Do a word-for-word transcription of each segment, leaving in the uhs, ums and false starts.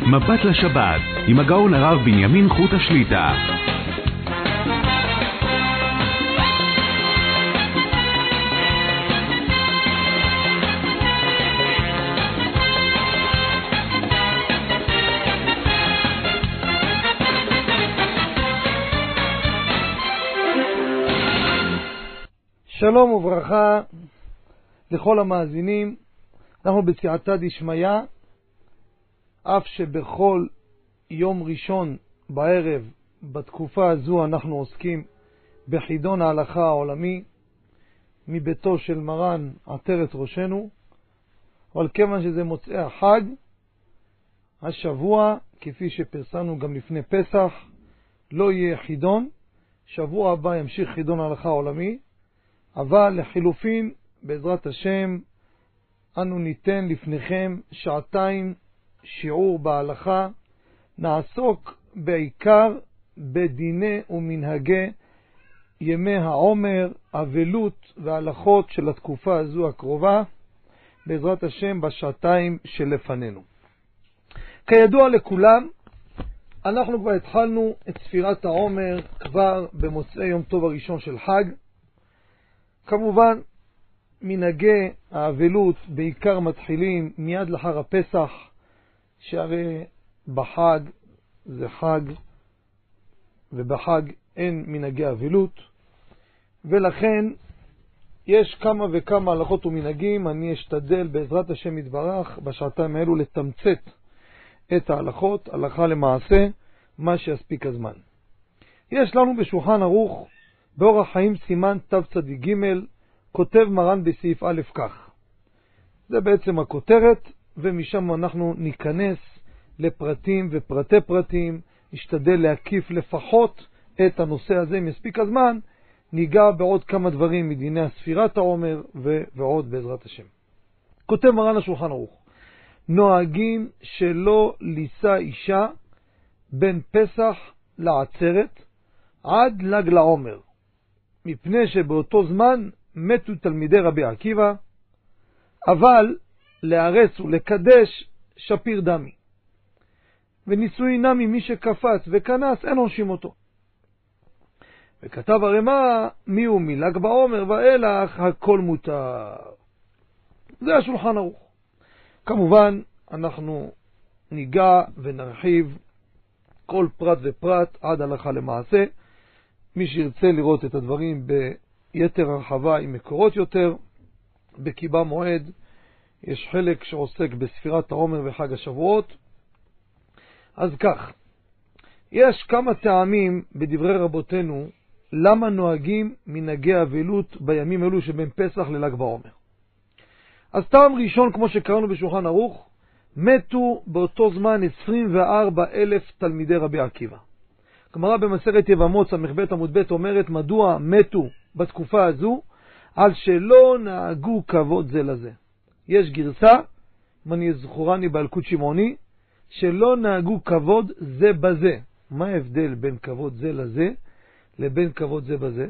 מבט לשבת עם הגאון הרב בנימין חוט השליטה. שלום וברכה לכל המאזינים. אנחנו בסייעתא דשמיא, אף שבכל יום ראשון בערב בתקופה הזו אנחנו עוסקים בחידון ההלכה העולמי מביתו של מרן עטרת ראשנו, אבל כיוון שזה מוצאי החג, השבוע, כפי שפרסמנו גם לפני פסח, לא יהיה חידון. שבוע הבא ימשיך חידון ההלכה העולמי, אבל לחילופין, בעזרת השם, אנו ניתן לפניכם שעתיים שיעור בהלכה. נעסוק בעיקר בדיני ומנהגי ימי העומר, אבלות והלכות של התקופה הזו הקרובה, בעזרת השם בשעתיים שלפנינו. כידוע לכולם, אנחנו כבר התחלנו את ספירת העומר כבר במוצאי יום טוב הראשון של חג. כמובן, מנהגי האבלות בעיקר מתחילים מיד לאחר הפסח, שהרי בחג זה חג, ובחג אין מנהגי אבלות, ולכן יש כמה וכמה הלכות ומנהגים. אני אשתדל בעזרת השם יתברך בשעתיים האלו לתמצת את ההלכות, הלכה למעשה, מה שיספיק הזמן. יש לנו בשולחן ערוך באורח חיים סימן תו צדיק ג', כותב מרן בסעיף א' כך. זה בעצם הכותרת, ומשם אנחנו ניכנס לפרטים ופרטי פרטים, נשתדל להקיף לפחות את הנושא הזה. אם יספיק הזמן, ניגע בעוד כמה דברים מדיני הספירת העומר ו- ועוד בעזרת השם. כותב מרן השולחן ערוך, נוהגים שלא לישא אישה בין פסח לעצרת עד ל"ג לעומר, מפני שבאותו זמן מתו תלמידי רבי עקיבא, אבל להרס ולקדש שפיר דמי, ונישואי נמי מי שקפץ וכנס אין עונשים אותו. וכתב הרמ"א, מי הוא מל"ג בעומר ואילך הכל מותר. זה השולחן ערוך. כמובן אנחנו ניגע ונרחיב כל פרט ופרט עד הלכה למעשה. מי שירצה לראות את הדברים ביתר הרחבה עם מקורות יותר, בקיבה מועד יש חלק שעוסק בספירת העומר וחג השבועות. אז כך, יש כמה טעמים בדברי רבותינו למה נוהגים מנהגי אבלות בימים אלו שבין פסח לל"ג בעומר. אז טעם ראשון, כמו שקראנו בשולחן ערוך, מתו באותו זמן עשרים וארבעה אלף תלמידי רבי עקיבא. גמרא במסכת יבמות סמ"ב עמוד ב' אומרת מדוע מתו בתקופה הזו, על שלא נהגו כבוד זה לזה. יש גרסה, אם אני זכורני באלקוט שמעוני, שלא נהגו כבוד זה בזה. מה ההבדל בין כבוד זה לזה לבין כבוד זה בזה?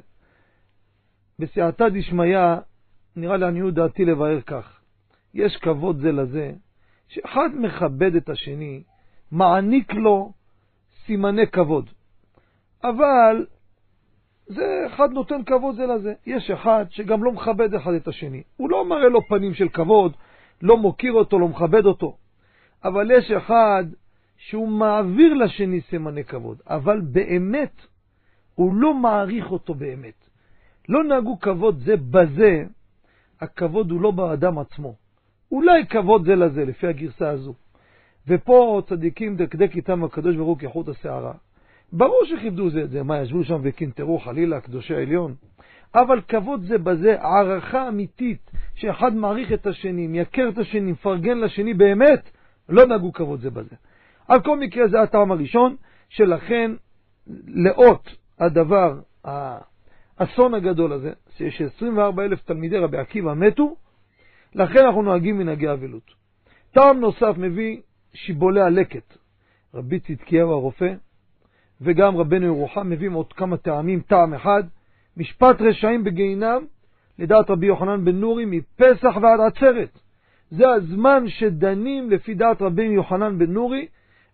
בסייעתא דשמיא נראה לעניות דעתי לבאר כך, יש כבוד זה לזה שאחד מכבד את השני, מעניק לו סימני כבוד, אבל זה אחד נותן כבוד זה לזה. יש אחד שגם לא מכבד אחד את השני, הוא לא מראה לו פנים של כבוד, לא מוקיר אותו, לא מכבד אותו, אבל יש אחד שהוא מעביר לשני סימני כבוד, אבל באמת הוא לא מעריך אותו באמת. לא נהגו כבוד זה בזה, הכבוד הוא לא באדם עצמו, אולי כבוד זה לזה לפי הגרסה הזו. ופה צדיקים דקדק איתם הקדוש ברוך הוא כחוט השערה, ברור שכיבדו זה את זה, מה ישבו שם וקינטרו חלילה קדושי העליון, אבל כבוד זה בזה, הערכה אמיתית שאחד מעריך את השני, מייקר את השני, מפרגן לשני באמת, לא נהגו כבוד זה בזה. על כל מקרה זה הטעם הראשון, שלכן לאות הדבר, האסון הגדול הזה, שיש עשרים וארבעה אלף תלמידי רבי עקיבא מתו, לכן אנחנו נוהגים מנהגי אבלות. טעם נוסף מביא שיבולי הלקט, רבי צדקיהו הרופא, וגם רבנו ירוחם מביאים עוד כמה טעמים. טעם אחד, משפט רשעים בגיהינם, לדעת רבי יוחנן בן נורי, מפסח ועד עצרת. זה הזמן שדנים לפי דעת רבי יוחנן בן נורי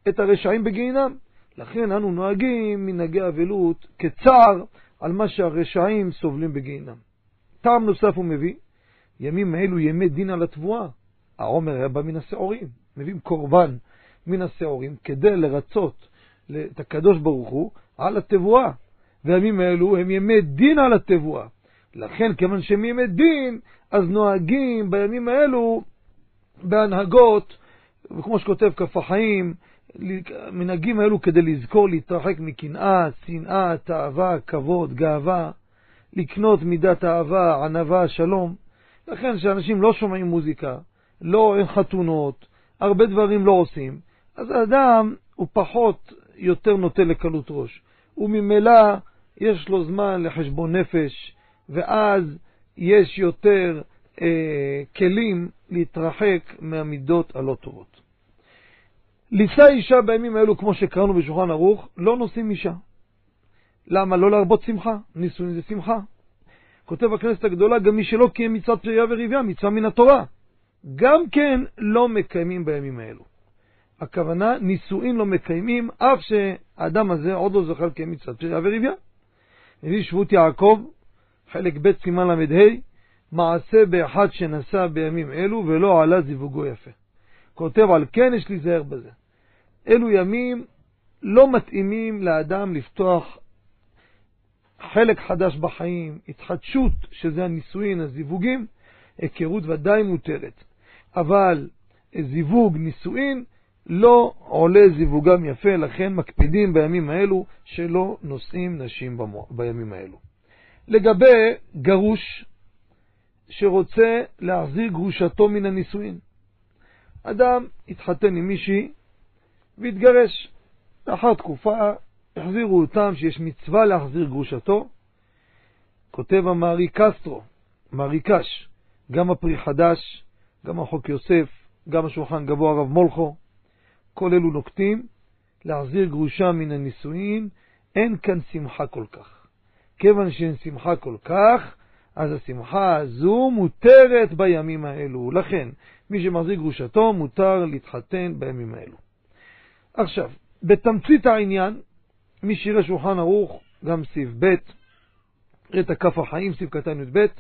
את הרשעים בגיהינם. לכן אנו נוהגים מנהגי אבלות כצער על מה שהרשעים סובלים בגיהינם. טעם נוסף הוא מביא, ימים האלו ימי דין על התבואה. העומר היה בא מן השעורים, מביאים קורבן מן השעורים כדי לרצות את הקדוש ברוך הוא על התבואה. וימים האלו הם ימי דין על התבואה. לכן כיוון שהם ימי דין, אז נוהגים בימים האלו בהנהגות, וכמו שכותב כף החיים, מנהגים האלו כדי לזכור להתרחק מקנאה, שנאה, תאווה, כבוד, גאווה, לקנות מידת אהבה, ענווה, שלום. לכן שאנשים לא שומעים מוזיקה, לא אין חתונות, הרבה דברים לא עושים, אז האדם הוא פחות יותר נוטה לקלות ראש. וממילא יש לו זמן לחשבון נפש, ואז יש יותר אה, כלים להתרחק מהמידות הלא טובות. לישא אישה בימים האלו, כמו שקראנו בשולחן ערוך, לא נושאים אישה. למה? לא להרבות שמחה. נישואין זה שמחה. כותב הכנסת הגדולה, גם מי שלא קיים מצוות פריה ורבייה, מצווה מן התורה, גם כן לא מקיימים בימים האלו. הכוונה, נישואין לא מקיימים, אף שהאדם הזה עוד לא זוכה לקיים מצוות פריה ורבייה. מביא שבות יעקב, חלק ב' סימן למד ה', מעשה באחד שנסע בימים אלו ולא עלה זיווגו יפה. כותב על כן יש להיזהר בזה. אלו ימים לא מתאימים לאדם לפתוח חלק חדש בחיים, התחדשות, שזה הנישואין, הזיווגים, היכרות ודאי מותרת. אבל זיווג, נישואין, לא עולה זיווגם יפה, לכן מקפידים בימים האלו שלא נושאים נשים במו, בימים האלו. לגבי גרוש שרוצה להחזיר גרושתו מן הנישואין. אדם התחתן עם מישהי והתגרש. לאחר תקופה החזירו אותם שיש מצווה להחזיר גרושתו. כותב המארי קסטרו, מארי קש, גם הפרי חדש, גם החוק יוסף, גם השולחן גבוה הרב מולכו, כל אלו נוקטים להחזיר גרושה מן הנישואין. אין כאן שמחה כל כך. כיוון שאין שמחה כל כך, אז השמחה הזו מותרת בימים האלו. לכן, מי שמחזיר גרושתו מותר להתחתן בימים האלו. עכשיו, בתמצית העניין, מי שיראה שולחן ערוך, גם סעיף ב', ראה את הכף החיים, סעיף קטן י' ב',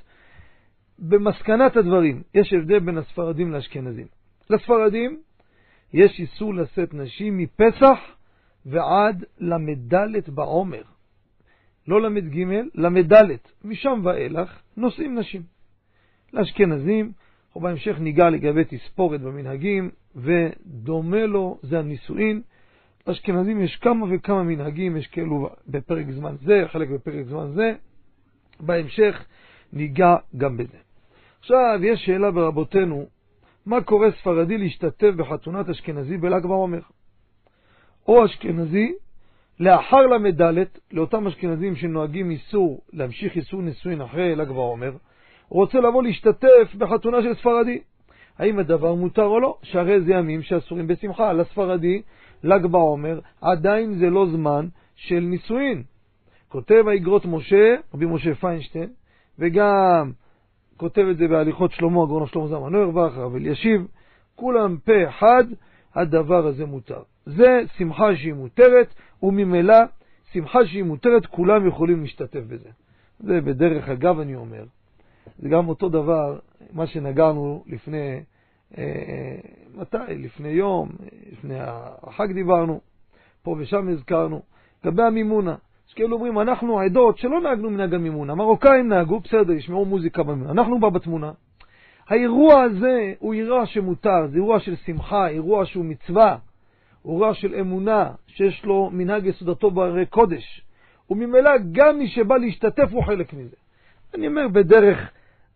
במסקנת הדברים, יש הבדל בין הספרדים לאשכנזים. לספרדים, יש איסור לשאת נשים מפסח ועד למדלת בעומר. לא למד ג', למדלת. משם ואילך נושאים נשים. לאשכנזים, או בהמשך ניגע לגבי תספורת במנהגים, ודומה לו זה הנישואין. לאשכנזים יש כמה וכמה מנהגים, יש כאלו בפרק זמן זה, חלק בפרק זמן זה. בהמשך ניגע גם בזה. עכשיו, יש שאלה ברבותינו, מה קורה ספרדי להשתתף בחתונת אשכנזי בל"ג בעומר? או אשכנזי, לאחר למדלת, לאותם אשכנזים שנוהגים איסור, להמשיך איסור נישואין אחרי ל"ג בעומר, רוצה לבוא להשתתף בחתונה של ספרדי. האם הדבר מותר או לא? שהרי זה ימים שאסורים בשמחה. לספרדי, ל"ג בעומר, עדיין זה לא זמן של נישואין. כותב האגרות משה, רבי משה פיינשטיין, וגם כותב את זה בהליכות שלמה, הגאון שלמה זלמן אוירבך, הרב אלישיב, כולם פה אחד, הדבר הזה מותר. זה שמחה שהיא מותרת, וממילא שמחה שהיא מותרת, כולם יכולים להשתתף בזה. זה בדרך אגב אני אומר. זה גם אותו דבר, מה שנגענו לפני, אה, מתי? לפני יום, לפני החג דיברנו, פה ושם הזכרנו, לגבי המימונה. שכאילו אומרים, אנחנו העדות שלא נהגנו מנהג המימונה, מרוקאים נהגו, בסדר, ישמעו מוזיקה במימונה, אנחנו בא בתמונה. האירוע הזה הוא אירוע שמותר, זה אירוע של שמחה, אירוע שהוא מצווה, אירוע של אמונה, שיש לו מנהג יסודתו בהרי קודש, וממילא גם מי שבא להשתתף הוא חלק מזה. אני אומר בדרך,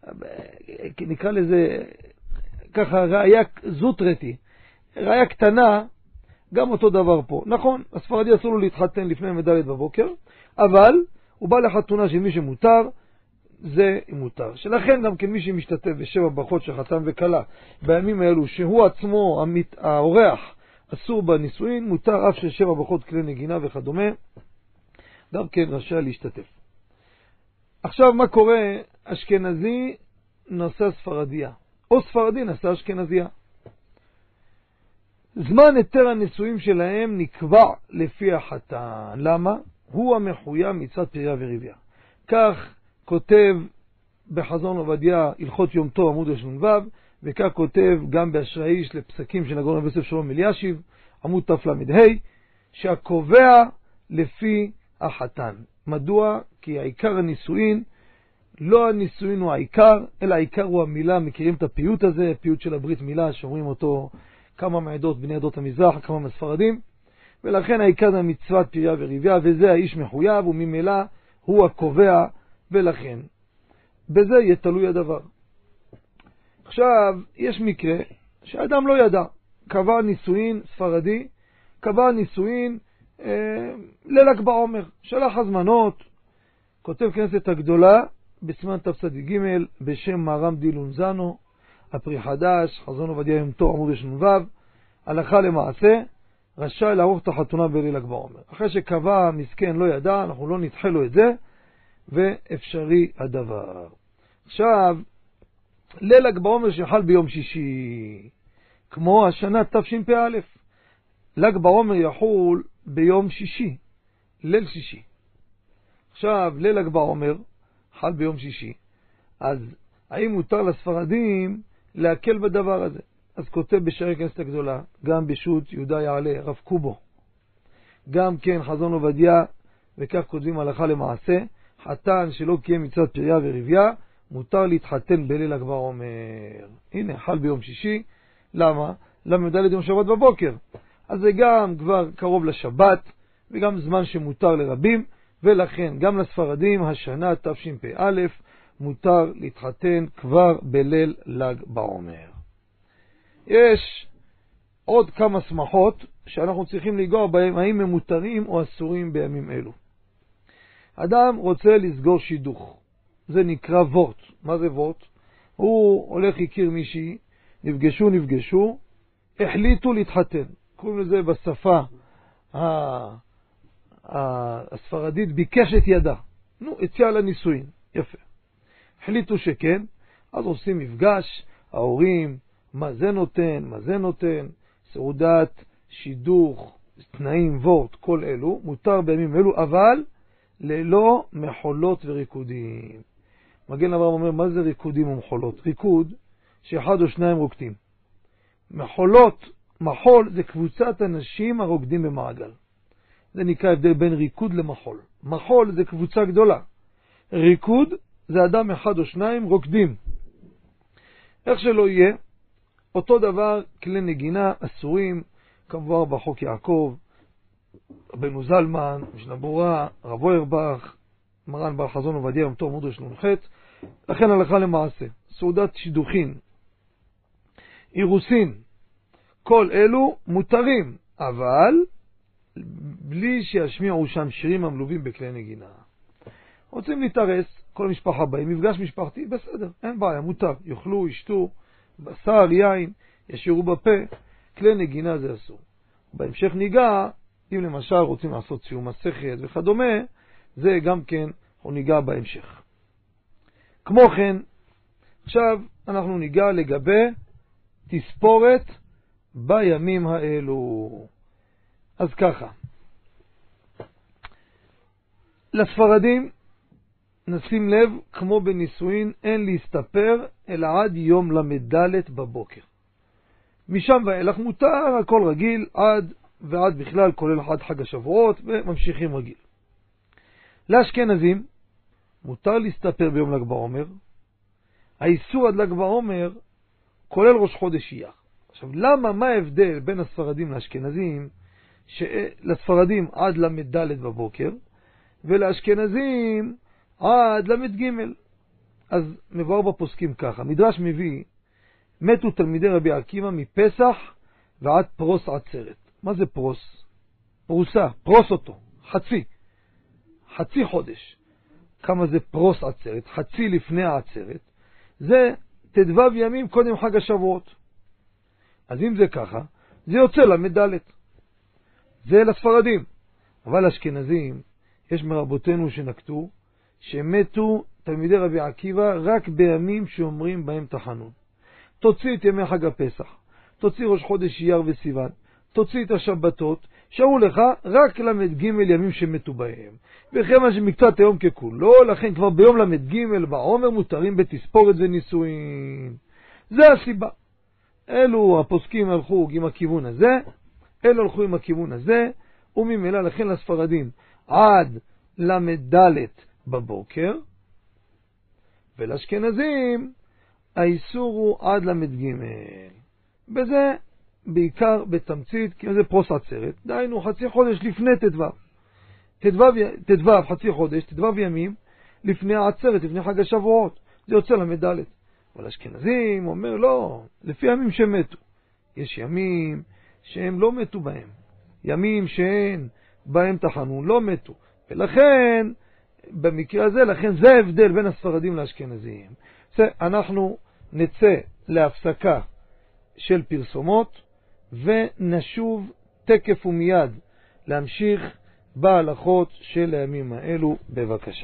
נקרא לזה ככה ראיה זוטרתי, ראיה קטנה, גם אותו דבר פה. נכון, הספרדי אסור לו להתחתן לפני מדלת בבוקר, אבל הוא בא לחתונה של מי שמותר, זה מותר. שלכן גם כן מי שמשתתף בשבע ברכות של חתן וכלה בימים האלו, שהוא עצמו האורח אסור בנישואין, מותר אף של שבע ברכות כלי נגינה וכדומה, גם כן רשאי להשתתף. עכשיו מה קורה? אשכנזי נשא ספרדיה, או ספרדי נשא אשכנזיה. זמן היתר הנישואים שלהם נקבע לפי החתן. למה? הוא המחויב מצד פריה וריביה. כך כותב בחזון עובדיה הלכות יום טוב עמוד ראשון ו', וכך כותב גם באשרי האיש לפסקים של הגאון רבי יוסף שלום אלישיב עמוד תל"ה, שהקובע לפי החתן. מדוע? כי העיקר הנישואין, לא הנישואין הוא העיקר, אלא העיקר הוא המילה. מכירים את הפיוט הזה, פיוט של הברית מילה, שאומרים אותו כמה מעדות בני עדות המזרח, כמה מספרדים, ולכן העיקר זה מצוות פריה וריביה, וזה האיש מחויב, וממילא הוא הקובע, ולכן בזה יהיה תלוי הדבר. עכשיו, יש מקרה שאדם לא ידע, קבע נישואין ספרדי, קבע נישואין אה, לל"ג בעומר, שלח הזמנות, כותב כנסת הגדולה בסימן תצ"ג בשם מר"ם דילונזנו, הפרי חדש, חזון עובדיה יום טוב עמוד ראשון ו', הלכה למעשה, רשאי לערוך את החתונה בל"ג בעומר. אחרי שקבע מסכן לא ידע, אנחנו לא נדחה לו את זה, ואפשרי הדבר. עכשיו, ל"ג בעומר שחל ביום שישי, כמו השנה תשפ"א, ל"ג בעומר יחול ביום שישי, ליל שישי. עכשיו, ל"ג בעומר חל ביום שישי, אז האם מותר לספרדים להקל בדבר הזה? אז כותב בשערי כנסת הגדולה, גם בשו"ת יהודה יעלה, רב קובו, גם כן חזון עובדיה, וכך כותבים הלכה למעשה, חתן שלא קיים מצוות פריה וריביה, מותר להתחתן בל"ג בעומר. הנה, חל ביום שישי. למה? למה מדלת יום שבת בבוקר. אז זה גם כבר קרוב לשבת, וגם זמן שמותר לרבים, ולכן גם לספרדים השנה תשפ"א מותר להתחתן כבר בליל ל"ג בעומר. יש עוד כמה שמחות שאנחנו צריכים לגוע בהם, האם הם מותרים או אסורים בימים אלו. אדם רוצה לסגור שידוך, זה נקרא וורט. מה זה וורט? הוא הולך הכיר מישהי, נפגשו נפגשו, החליטו להתחתן. קוראים לזה בשפה הספרדית ביקש את ידה. נו, הציע לנישואין. יפה. החליטו שכן, אז עושים מפגש, ההורים, מה זה נותן, מה זה נותן, סעודת, שידוך, תנאים, וורט, כל אלו, מותר בימים אלו, אבל ללא מחולות וריקודים. מגן אברהם אומר, מה זה ריקודים ומחולות? ריקוד שאחד או שניים רוקדים. מחולות, מחול זה קבוצת אנשים הרוקדים במעגל. זה נקרא הבדל בין ריקוד למחול. מחול זה קבוצה גדולה. ריקוד זה אדם אחד או שניים רוקדים. איך שלא יהיה, אותו דבר כלי נגינה אסורים, כמובן בחוק יעקב, רבנו זלמן, משנה ברורה, רב אוירבך, מרן בעל חזון עובדיה יום טוב עמוד ראשון ח'. לכן הלכה למעשה, סעודת שידוכין, אירוסין, כל אלו מותרים, אבל בלי שישמיעו שם שירים המלווים בכלי נגינה. רוצים להתארס, כל משפחה באים, מפגש משפחתי, בסדר, אין בעיה, מותר, יאכלו, ישתו, בשר, יין, ישירו בפה, כלי נגינה זה אסור. בהמשך ניגע, אם למשל רוצים לעשות סיום מסכת וכדומה, זה גם כן הוא ניגע בהמשך. כמו כן, עכשיו אנחנו ניגע לגבי תספורת בימים האלו. אז ככה, לספרדים נשים לב, כמו בנישואין, אין להסתפר אלא עד יום למדלת בבוקר. משם ואילך מותר, הכל רגיל, עד ועד בכלל, כולל עד חג השבועות, וממשיכים רגיל. לאשכנזים מותר להסתפר ביום ל"ג בעומר. האיסור עד ל"ג בעומר כולל ראש חודש אייר. עכשיו, למה, מה ההבדל בין הספרדים לאשכנזים? שלספרדים עד למדלת בבוקר, ולאשכנזים עד למד ג'. אז מבואר בפוסקים ככה, מדרש מביא, מתו תלמידי רבי עקיבא מפסח ועד פרוס עצרת. מה זה פרוס? פרוסה, פרוס אותו, חצי. חצי חודש. כמה זה פרוס עצרת? חצי לפני העצרת. זה תדבב ימים קודם חג השבועות. אז אם זה ככה, זה יוצא למדלת. זה לספרדים. אבל אשכנזים, יש מרבותינו שנקטו, שמתו תלמידי רבי עקיבא רק בימים שאומרים בהם תחנון. תוציא את ימי חג הפסח, תוציא ראש חודש אייר וסיוון, תוציא את השבתות, שארו לך רק למד ג' ימים שמתו בהם. וכן מה שמקצת היום ככולו, לכן כבר ביום למד ג' בעומר מותרים בתספורת ונישואין. זה הסיבה. אלו הפוסקים הלכו עם הכיוון הזה, אלו הלכו עם הכיוון הזה, וממילא לכן לספרדים עד למד ד' בבוקר, ולאשכנזים האיסור הוא עד למד ג'. בזה בעיקר בתמצית, כי זה פרוס עצרת, דהיינו חצי חודש לפני תדבב. תדבב חצי חודש, תדבב ימים, לפני העצרת, לפני חג השבועות. זה יוצא למד ד'. אבל אשכנזים אומר לא, לפי ימים שמתו. יש ימים שהם לא מתו בהם. ימים שאין בהם תחנון, לא מתו. ולכן, במקרה הזה, לכן זה ההבדל בין הספרדים לאשכנזים. אנחנו נצא להפסקה של פרסומות, ונשוב תקף ומיד להמשיך בהלכות של הימים האלו. בבקשה.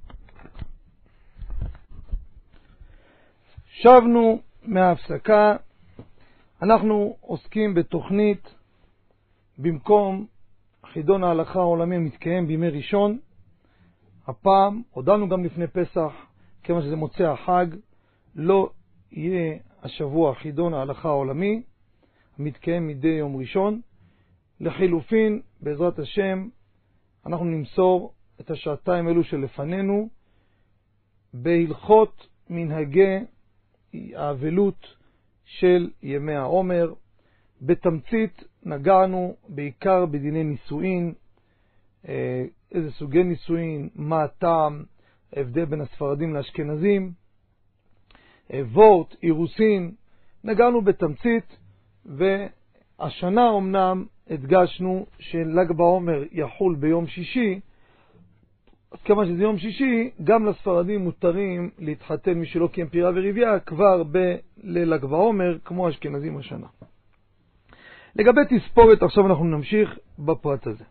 שבנו מההפסקה, אנחנו עוסקים בתוכנית במקום חידון ההלכה העולמי מתקיים בימי ראשון. הפעם, הודענו גם לפני פסח, כמה שזה מוצא החג, לא יהיה השבוע חידון ההלכה העולמי, מתקיים מדי יום ראשון. לחילופין, בעזרת השם, אנחנו נמסור את השעתיים אלו שלפנינו בהלכות מנהגי האבלות של ימי העומר. בתמצית נגענו בעיקר בדיני נישואין, איזה סוגי נישואין, מה הטעם, ההבדל בין הספרדים לאשכנזים, וורט, אירוסין, נגענו בתמצית. והשנה אמנם הדגשנו של"ג בעומר יחול ביום שישי, אז כמה שזה יום שישי, גם לספרדים מותרים להתחתן מי שלא קיים פירה ורבייה כבר בל"ג בעומר, כמו אשכנזים השנה. לגבי תספורת, עכשיו אנחנו נמשיך בפרט הזה.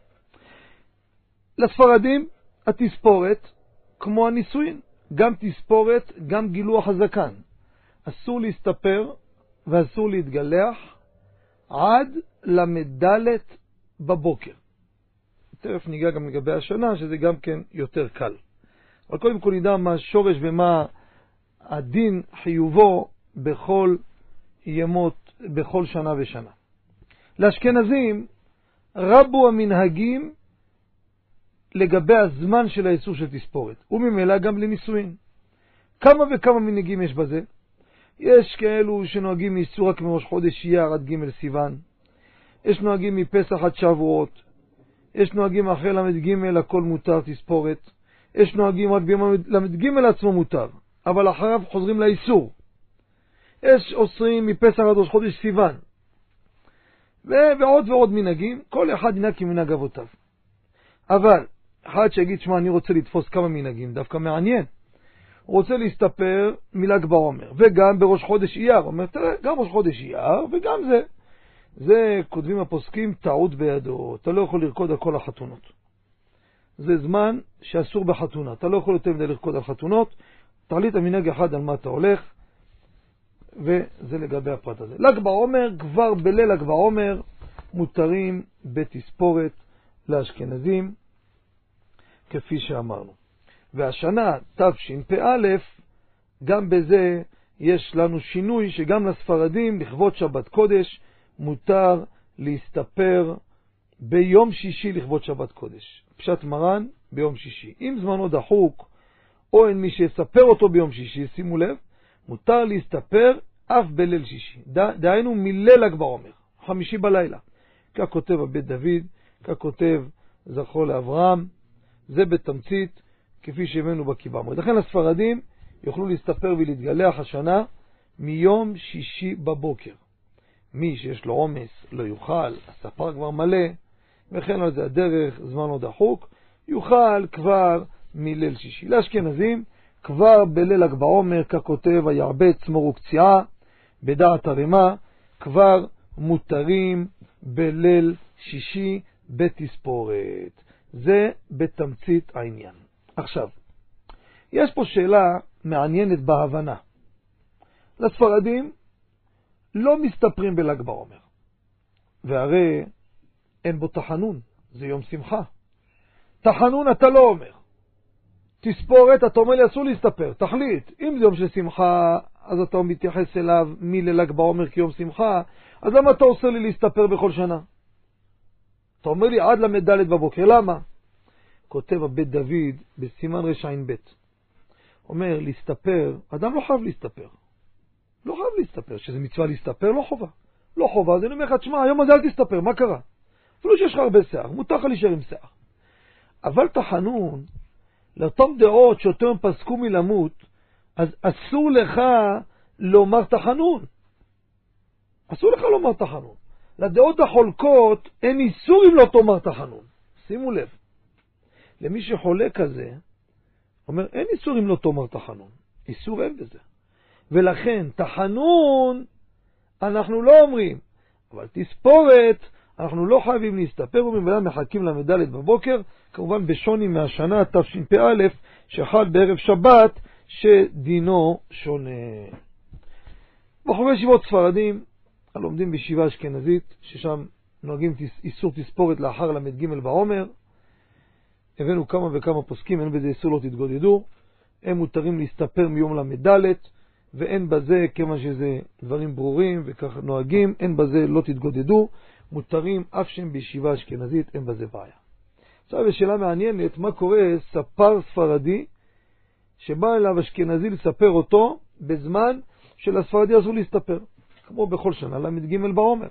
לספרדים התספורת כמו הנישואין, גם תספורת, גם גילוח הזקן. אסור להסתפר ואסור להתגלח עד למד ד' בבוקר. תכף ניגע גם לגבי השנה, שזה גם כן יותר קל. אבל קודם כל נדע מה השורש ומה הדין חיובו בכל ימות, בכל שנה ושנה. לאשכנזים רבו המנהגים לגבי הזמן של האיסור של תספורת, וממילא גם לנישואין. כמה וכמה מנהגים יש בזה. יש כאלו שנוהגים מאיסור רק מראש חודש אייר עד ג' סיוון. יש נוהגים מפסח עד שבועות. יש נוהגים אחרי למד ג' הכל מותר תספורת. יש נוהגים רק ביום למד ג' עצמו מותר, אבל אחריו חוזרים לאיסור. יש אוסרים מפסח עד ראש חודש סיוון. ועוד ועוד מנהגים, כל אחד ינהג כמנהג אבותיו. אבל אחד שיגיד, שמה, אני רוצה לתפוס כמה מנהגים, דווקא מעניין. הוא רוצה להסתפר מל"ג בעומר, וגם בראש חודש אייר. אומר, תראה, גם ראש חודש אייר, וגם זה. זה, כותבים הפוסקים, טעות בידו. אתה לא יכול לרקוד על כל החתונות. זה זמן שאסור בחתונה. אתה לא יכול יותר מדי לרקוד על חתונות. תחליט המנהג אחד על מה אתה הולך, וזה לגבי הפרט הזה. ל"ג בעומר, כבר בליל ל"ג בעומר, מותרים בתספורת לאשכנזים, כפי שאמרנו. והשנה, תשפ"א, גם בזה יש לנו שינוי, שגם לספרדים, לכבוד שבת קודש, מותר להסתפר ביום שישי לכבוד שבת קודש. פשט מרן ביום שישי. אם זמנו דחוק, או אין מי שיספר אותו ביום שישי, שימו לב, מותר להסתפר אף בליל שישי. דהיינו מליל ל"ג בעומר, חמישי בלילה. כך כותב הבית דוד, כך כותב זכרו לאברהם. זה בתמצית כפי שהבאנו בקיבה. לכן הספרדים יוכלו להסתפר ולהתגלח השנה מיום שישי בבוקר. מי שיש לו עומס לא יוכל, הספר כבר מלא, וכן על זה הדרך, זמן לא דחוק, יוכל כבר מליל שישי. לאשכנזים, כבר בליל ל"ג בעומר, ככותב הירבץ מור וקציעה, בדעת הרמה, כבר מותרים בליל שישי בתספורת. זה בתמצית העניין. עכשיו, יש פה שאלה מעניינת בהבנה. לספרדים לא מסתפרים בל"ג בעומר. והרי אין בו תחנון, זה יום שמחה. תחנון אתה לא אומר. תספורת, אתה אומר לי אסור להסתפר, תחליט. אם זה יום של שמחה, אז אתה מתייחס אליו מלל"ג בעומר כיום שמחה, אז למה אתה עושה לי להסתפר בכל שנה? אתה אומר לי עד למדלת בבוקר, למה? כותב הבית דוד בסימן רשעין בית. אומר, להסתפר, אדם לא חייב להסתפר. לא חייב להסתפר, שזה מצווה להסתפר, לא חובה. לא חובה, אז אני אומר לך, תשמע, היום הזה אל תסתפר, מה קרה? אפילו שיש לך הרבה שיער, מותר לך להישאר עם שיער. אבל תחנון, לאותם דעות שאותם פסקו מלמות, אז אסור לך לומר תחנון. אסור לך לומר תחנון. לדעות החולקות אין איסור אם לא תאמר תחנון. שימו לב. למי שחולה כזה, אומר, אין איסור אם לא תאמר תחנון. איסור אין בזה. ולכן, תחנון אנחנו לא אומרים. אבל תספורת, אנחנו לא חייבים להסתפר, ובמילא מחכים למדלת בבוקר, כמובן בשוני מהשנה תשפ"א, שחל בערב שבת, שדינו שונה. בחורי ישיבות ספרדים, הלומדים בישיבה אשכנזית, ששם נוהגים איסור תספורת לאחר למד ג' בעומר, הבאנו כמה וכמה פוסקים, אין בזה איסור לא תתגודדו, הם מותרים להסתפר מיום למדלת, ואין בזה, כמה שזה דברים ברורים וכך נוהגים, אין בזה לא תתגודדו, מותרים אף שהם בישיבה אשכנזית, אין בזה בעיה. עכשיו השאלה מעניינת, מה קורה ספר ספרדי שבא אליו אשכנזי לספר אותו בזמן שלספרדי אסור להסתפר, כמו בכל שנה למד ג' בעומר.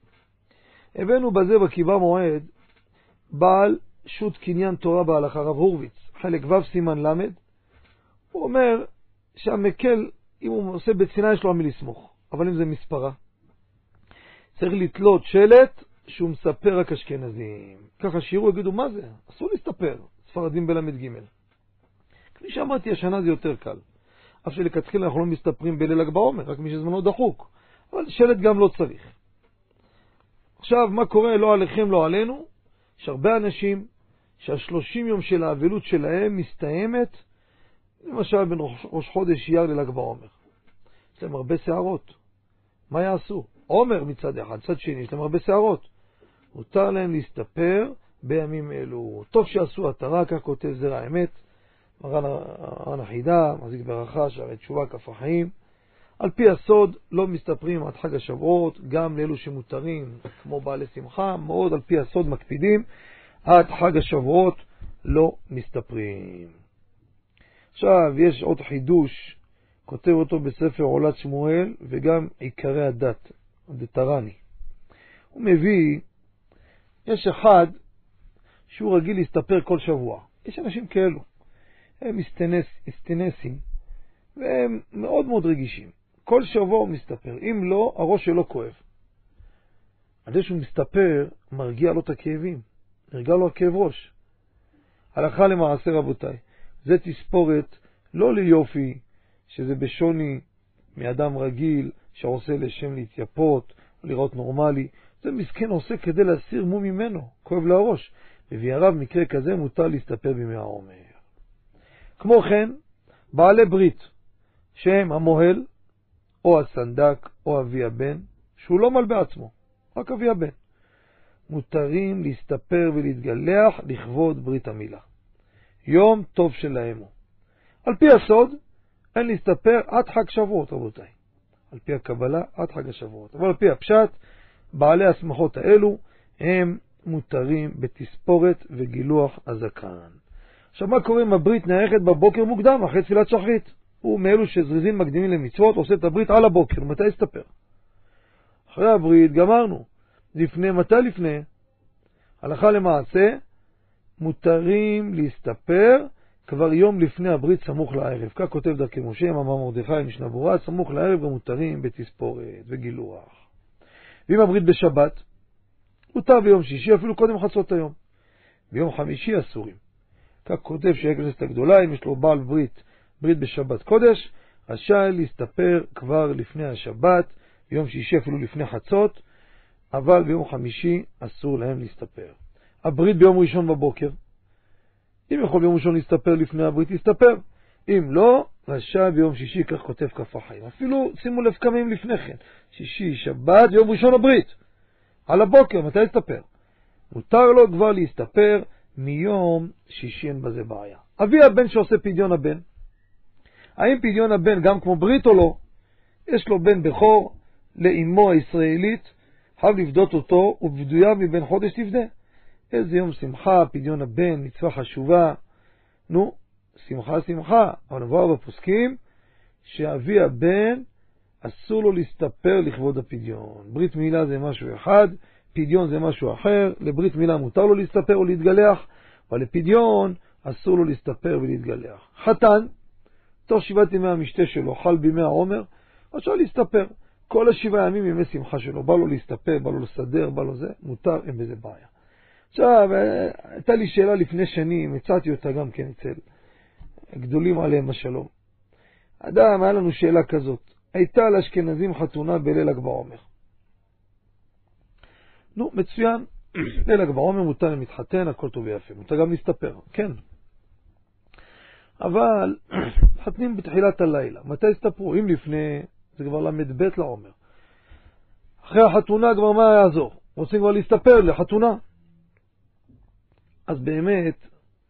הבאנו בזה בקיבה מועד בעל שו"ת קניין תורה בהלכה רב הורוביץ, חלק ו' סימן למד. הוא אומר שהמקל, אם הוא עושה בצינה יש לו עמי לסמוך, אבל אם זה מספרה, צריך לתלות שלט שהוא מספר רק אשכנזים. ככה שירו יגידו, מה זה? אסור להסתפר, ספרדים בלמד ג'. כפי שאמרתי, השנה זה יותר קל. אף שלכתחילה אנחנו לא מסתפרים בליל ל"ג בעומר, רק מי שזמנו דחוק. אבל שלט גם לא צריך. עכשיו, מה קורה? לא עליכם, לא עלינו. יש הרבה אנשים שהשלושים יום של האבלות שלהם מסתיימת, למשל בין ראש, ראש חודש אייר לל"ג בעומר. יש להם הרבה שערות. מה יעשו? עומר מצד אחד, צד שני, יש להם הרבה שערות. מותר להם להסתפר בימים אלו. טוב שעשו התרה, כך כותב זרע האמת, מרן החידה, מחזיק ברכה, שערי תשובה, כף החיים. על פי הסוד לא מסתפרים עד חג השבועות, גם לאלו שמותרים, כמו בעלי שמחה, מאוד על פי הסוד מקפידים, עד חג השבועות לא מסתפרים. עכשיו, יש עוד חידוש, כותב אותו בספר עולת שמואל, וגם עיקרי הדת, דתרני. הוא מביא, יש אחד שהוא רגיל להסתפר כל שבוע. יש אנשים כאלו, הם מסתנס, מסתנסים, והם מאוד מאוד רגישים. כל שבוע הוא מסתפר, אם לא, הראש שלו כואב. על זה שהוא מסתפר, מרגיע לו את הכאבים, נרגע לו הכאב ראש. הלכה למעשה רבותיי, זה תספורת לא ליופי, שזה בשוני מאדם רגיל שעושה לשם להתייפות, לראות נורמלי. זה מסכן עושה כדי להסיר מום ממנו, כואב לו הראש. מביא הרב מקרה כזה מותר להסתפר בימי העומר. כמו כן, בעלי ברית, שהם המוהל, או הסנדק, או אבי הבן, שהוא לא מל בעצמו, רק אבי הבן. מותרים להסתפר ולהתגלח לכבוד ברית המילה. יום טוב שלהם הוא. על פי הסוד, אין להסתפר עד חג שבועות, רבותיי. על פי הקבלה, עד חג השבועות. אבל על פי הפשט, בעלי הסמכות האלו, הם מותרים בתספורת וגילוח הזקן. עכשיו, מה קורה אם הברית נערכת בבוקר מוקדם, אחרי תפילת שחרית? הוא מאלו שזריזים מקדימים למצוות, עושה את הברית על הבוקר. מתי יסתפר? אחרי הברית גמרנו. לפני, מתי לפני? הלכה למעשה, מותרים להסתפר כבר יום לפני הברית סמוך לערב. כך כותב דרכי משה, מאמר מרדכי, משנה ברורה, סמוך לערב גם מותרים בתספורת וגילוח. ואם הברית בשבת, מותר ביום שישי, אפילו קודם חצות היום. ביום חמישי אסורים. כך כותב שהכנסת הגדולה, אם יש לו בעל ברית, ברית בשבת קודש, רשאי להסתפר כבר לפני השבת, ביום שישי אפילו לפני חצות, אבל ביום חמישי אסור להם להסתפר. הברית ביום ראשון בבוקר, אם יכול ביום ראשון להסתפר לפני הברית, להסתפר. אם לא, רשאי ביום שישי, כך כותב כף החיים. אפילו שימו לב כמה ימים לפני כן, שישי, שבת, יום ראשון הברית. על הבוקר, מתי להסתפר? מותר לו כבר להסתפר מיום שישי, אין בזה בעיה. אבי הבן שעושה פדיון הבן, האם פדיון הבן גם כמו ברית או לא? יש לו בן בכור לאמו הישראלית, חייב לבדות אותו, ובדויה מבין חודש תפדה. איזה יום שמחה, פדיון הבן, מצווה חשובה. נו, שמחה שמחה, אבל נבוא בפוסקים שאבי הבן אסור לו להסתפר לכבוד הפדיון. ברית מילה זה משהו אחד, פדיון זה משהו אחר. לברית מילה מותר לו להסתפר או להתגלח, אבל לפדיון אסור לו להסתפר ולהתגלח. חתן, תוך שבעת ימי המשתה שלו, חל בימי העומר, אפשר להסתפר. כל השבעה ימים ימי שמחה שלו, בא לו להסתפר, בא לו לסדר, בא לו זה, מותר, אין בזה בעיה. עכשיו, הייתה לי שאלה לפני שנים, הצעתי אותה גם כן אצל גדולים עליהם השלום. אדם, היה לנו שאלה כזאת, הייתה לאשכנזים חתונה בליל ל"ג בעומר. נו, מצוין, ליל ל"ג בעומר מותר למתחתן, הכל טוב ויפה, מותר גם להסתפר, כן. אבל, חתנים בתחילת הלילה, מתי הסתפרו? אם לפני, זה כבר למד בית לעומר. אחרי החתונה כבר מה יעזור? רוצים כבר להסתפר לחתונה. אז באמת,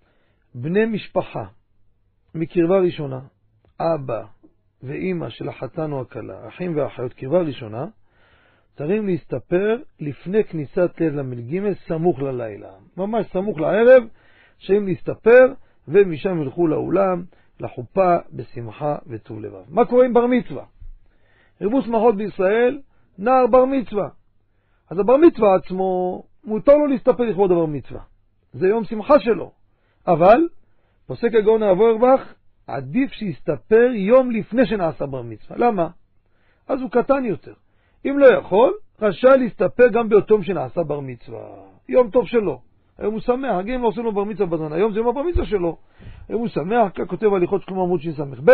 בני משפחה, מקרבה ראשונה, אבא ואימא של החתן או הכלה, אחים ואחיות, קרבה ראשונה, צריכים להסתפר לפני כניסת ליל למ"ג, סמוך ללילה. ממש סמוך לערב, שהם להסתפר, ומשם ילכו לאולם, לחופה, בשמחה וטוב לבב. מה קורה עם בר מצווה? הרבו שמחות בישראל, נער בר מצווה. אז הבר מצווה עצמו, מותר לו להסתפר לכבוד הבר מצווה. זה יום שמחה שלו. אבל, פוסק הגאון אבוירבך, עדיף שיסתפר יום לפני שנעשה בר מצווה. למה? אז הוא קטן יותר. אם לא יכול, רשאי להסתפר גם באותו שנעשה בר מצווה. יום טוב שלו. היום הוא שמח, הגיעים לא עושים לו בר מצווה בזמן. היום זה יום הבר מצווה שלו. היום הוא שמח, ככותב הליכות שלמה עמוד שסמך ב',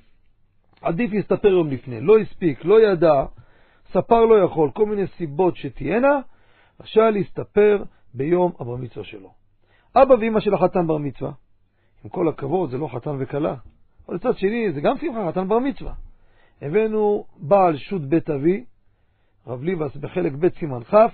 עדיף להסתפר יום לפני. לא הספיק, לא ידע, ספר לא יכול, כל מיני סיבות שתהיינה, רשאי להסתפר ביום הבר מצווה שלו. אבא ואמא של החתן בר מצווה, עם כל הכבוד, זה לא חתן וקלה. אבל לצד שני, זה גם שמחה, חתן בר מצווה. הבאנו בעל שו"ת בית אבי, רב ליבס בחלק בית סימן כף,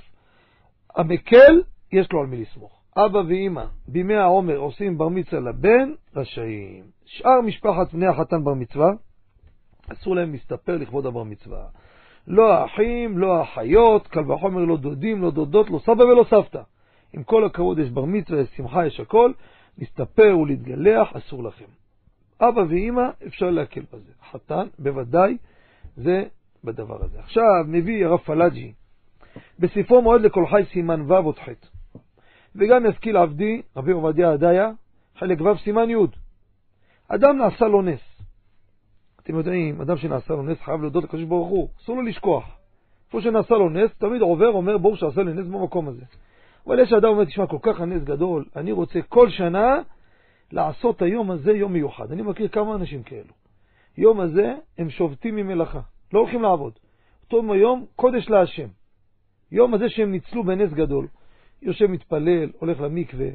המקל, יש לו על מי לסמוך. אבא ואמא, בימי העומר, עושים בר מצווה לבן, רשאים. שאר משפחת בני החתן בר מצווה, אסור להם להסתפר לכבוד הבר מצווה. לא האחים, לא האחיות, קל וחומר לא דודים, לא דודות, לא סבא ולא סבתא. עם כל הכבוד יש בר מצווה, יש שמחה, יש הכל, להסתפר ולהתגלח, אסור לכם. אבא ואמא, אפשר להקל בזה. חתן, בוודאי, זה בדבר הזה. עכשיו, מביא הרב פלאג'י, בספרו מועד לכל חי סימן ו' עוד ח'. וגם ישכיל עבדי, רבי עובדיה הדיה, חלק ו' סימן י'. אדם נעשה לו נס. אתם יודעים, אדם שנעשה לו נס חייב להודות לקדוש ברוך הוא, אסור לו לשכוח. איפה שנעשה לו נס, תמיד עובר, אומר, ברוך שעשה לי נס במקום הזה. אבל יש אדם אומר, תשמע, כל כך הנס גדול, אני רוצה כל שנה לעשות היום הזה יום מיוחד. אני מכיר כמה אנשים כאלו. יום הזה הם שובתים ממלאכה, לא הולכים לעבוד. אותו היום קודש להשם. יום הזה שהם ניצלו בנס גדול, יושב מתפלל, הולך למקווה,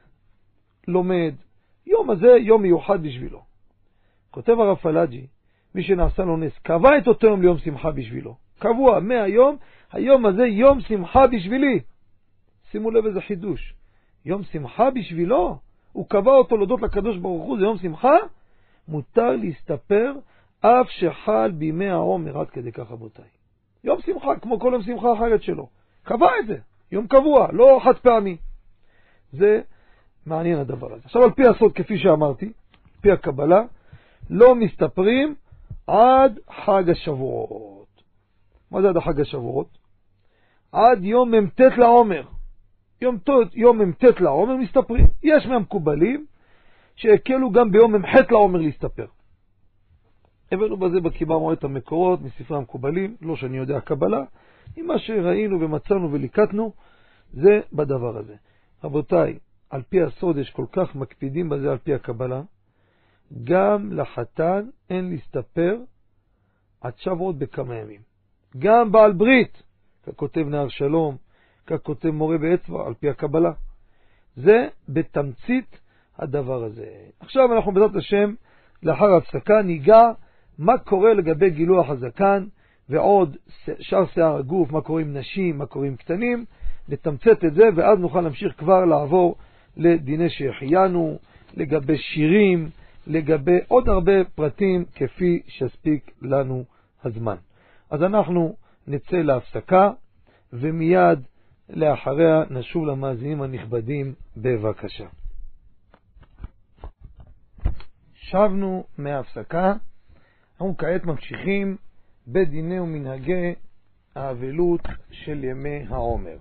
לומד. יום הזה יום מיוחד בשבילו. כותב הרב פלאג'י, מי שנעשה לו נס, קבע את אותו יום ליום שמחה בשבילו. קבוע, מהיום, היום הזה יום שמחה בשבילי. שימו לב איזה חידוש. יום שמחה בשבילו, הוא קבע אותו להודות לקדוש ברוך הוא, זה יום שמחה, מותר להסתפר אף שחל בימי העומר, עד כדי כך רבותיי. יום שמחה, כמו כל יום שמחה אחרת שלו. קבע את זה, יום קבוע, לא חד פעמי. זה מעניין הדבר הזה. עכשיו על פי הסוד, כפי שאמרתי, פי הקבלה, לא מסתפרים עד חג השבועות. מה זה עד חג השבועות? עד יום ממתת לעומר. יום, יום ממתת לעומר מסתפרים. יש מהמקובלים שהקלו גם ביום ממחת לעומר להסתפר. הבאנו בזה בקיבה מועד המקורות מספרי המקובלים, לא שאני יודע קבלה, עם מה שראינו ומצאנו וליקטנו, זה בדבר הזה. רבותיי, על פי הסוד יש כל כך מקפידים בזה על פי הקבלה, גם לחתן אין להסתפר עד שבועות בכמה ימים. גם בעל ברית, ככותב נהר שלום, ככותב מורה באצבע, על פי הקבלה. זה בתמצית הדבר הזה. עכשיו אנחנו בעזרת השם, לאחר ההפסקה, ניגע מה קורה לגבי גילוח הזקן, ועוד שאר שיער הגוף, מה קורה עם נשים, מה קורה עם קטנים, נתמצת את זה, ואז נוכל להמשיך כבר לעבור לדיני שהחיינו, לגבי שירים, לגבי עוד הרבה פרטים כפי שספיק לנו הזמן. אז אנחנו נצא להפסקה, ומיד לאחריה נשוב למאזינים הנכבדים בבקשה. שבנו מההפסקה, אנחנו כעת ממשיכים בדיני ומנהגי האבלות של ימי העומר.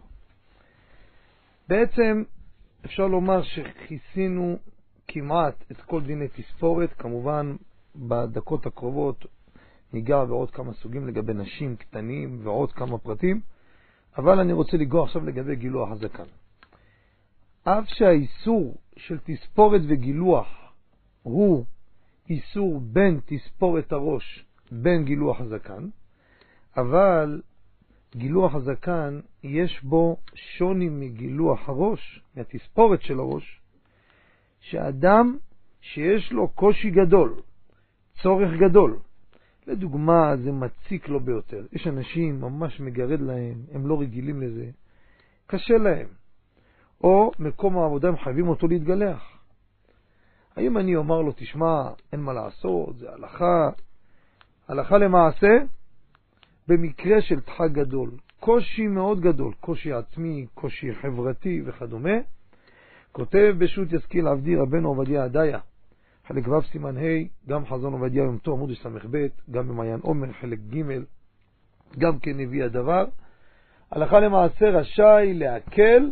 בעצם אפשר לומר שכיסינו כמעט את כל דיני תספורת, כמובן בדקות הקרובות ניגע בעוד כמה סוגים לגבי נשים קטנים ועוד כמה פרטים, אבל אני רוצה לגוע עכשיו לגבי גילוח הזקן. אף שהאיסור של תספורת וגילוח הוא איסור בין תספורת הראש בין גילוח הזקן, אבל גילוח הזקן יש בו שוני מגילוח הראש, מהתספורת של הראש, שאדם שיש לו קושי גדול, צורך גדול, לדוגמה זה מציק לו ביותר, יש אנשים ממש מגרד להם, הם לא רגילים לזה, קשה להם, או מקום העבודה הם חייבים אותו להתגלח. האם אני אומר לו, תשמע, אין מה לעשות, זה הלכה, הלכה למעשה, במקרה של דחק גדול, קושי מאוד גדול, קושי עצמי, קושי חברתי וכדומה, כותב בשו"ת ישכיל עבדי רבנו עובדיה עדיה, חלק ו' סימן ה', גם חזון עובדיה יום טוב עמוד סמך ב', גם במעיין עומר חלק ג', גם כן הביא הדבר, הלכה למעשה רשאי להקל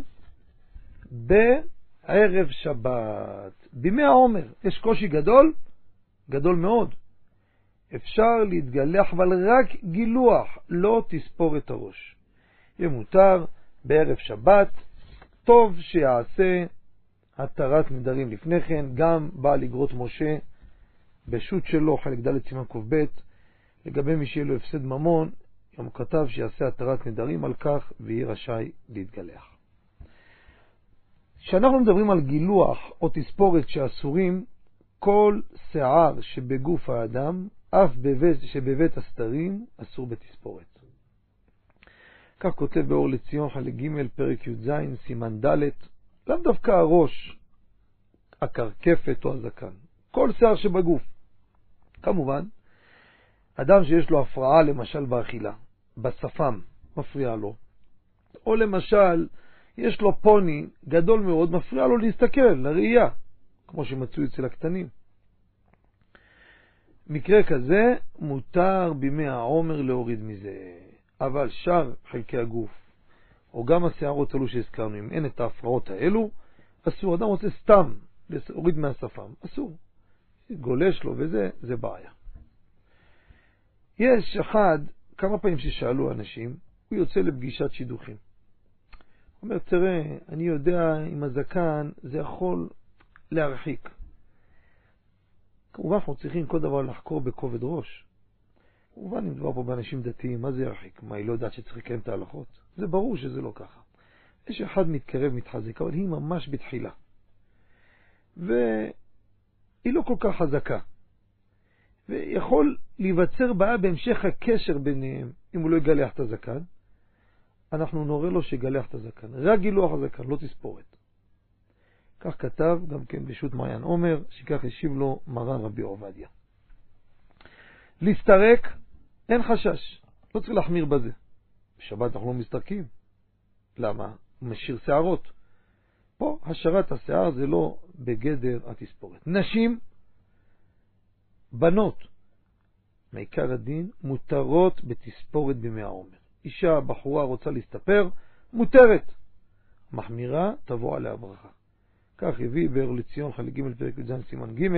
בערב שבת. בימי העומר יש קושי גדול, גדול מאוד. אפשר להתגלח, אבל רק גילוח, לא תספור את הראש. יהיה מותר בערב שבת, טוב שיעשה התרת נדרים לפני כן, גם בעל אגרות משה בשו"ת שלו, חלק ד' סימן ק"ב, לגבי מי שיהיה לו הפסד ממון, הוא כתב שיעשה התרת נדרים על כך ויהיה רשאי להתגלח. כשאנחנו מדברים על גילוח או תספורת שאסורים, כל שיער שבגוף האדם, אף בבית, שבבית הסתרים, אסור בתספורת. כך כותב באור לציון חלק ג' פרק י"ז סימן ד', לאו דווקא הראש, הקרקפת או הזקן, כל שיער שבגוף. כמובן, אדם שיש לו הפרעה למשל באכילה, בשפם, מפריע לו, או למשל יש לו פוני גדול מאוד, מפריע לו להסתכל, לראייה, כמו שמצאו אצל הקטנים. מקרה כזה מותר בימי העומר להוריד מזה, אבל שאר חלקי הגוף, או גם השערות אלו שהזכרנו, אם אין את ההפרעות האלו, אסור. אדם רוצה סתם להוריד מהשפם, אסור. גולש לו וזה, זה בעיה. יש אחד, כמה פעמים ששאלו אנשים, הוא יוצא לפגישת שידוכים. הוא אומר, תראה, אני יודע עם הזקן זה יכול להרחיק. כמובן אנחנו צריכים כל דבר לחקור בכובד ראש. כמובן אם דבר פה באנשים דתיים, מה זה ירחיק? מה, היא לא יודעת שצריך לקיים את ההלכות? זה ברור שזה לא ככה. יש אחד מתקרב, מתחזק, אבל היא ממש בתחילה. והיא לא כל כך חזקה. ויכול להיווצר בעיה בהמשך הקשר ביניהם, אם הוא לא יגלח את הזקן. אנחנו נורא לו שיגלח את הזקן. רק גילוח הזקן, לא תספורת. כך כתב גם כן בשו"ת מעיין עומר, שכך השיב לו מרן רבי עובדיה. להסתרק, אין חשש. לא צריך להחמיר בזה. בשבת אנחנו לא מסתרקים. למה? הוא משאיר שערות. פה השארת השיער זה לא בגדר התספורת. נשים, בנות, מעיקר הדין, מותרות בתספורת בימי העומר. אישה, בחורה רוצה להסתפר, מותרת. מחמירה, תבוא עליה ברכה. כך הביא באור לציון חלק ג' פרק י"ז סימן ג'.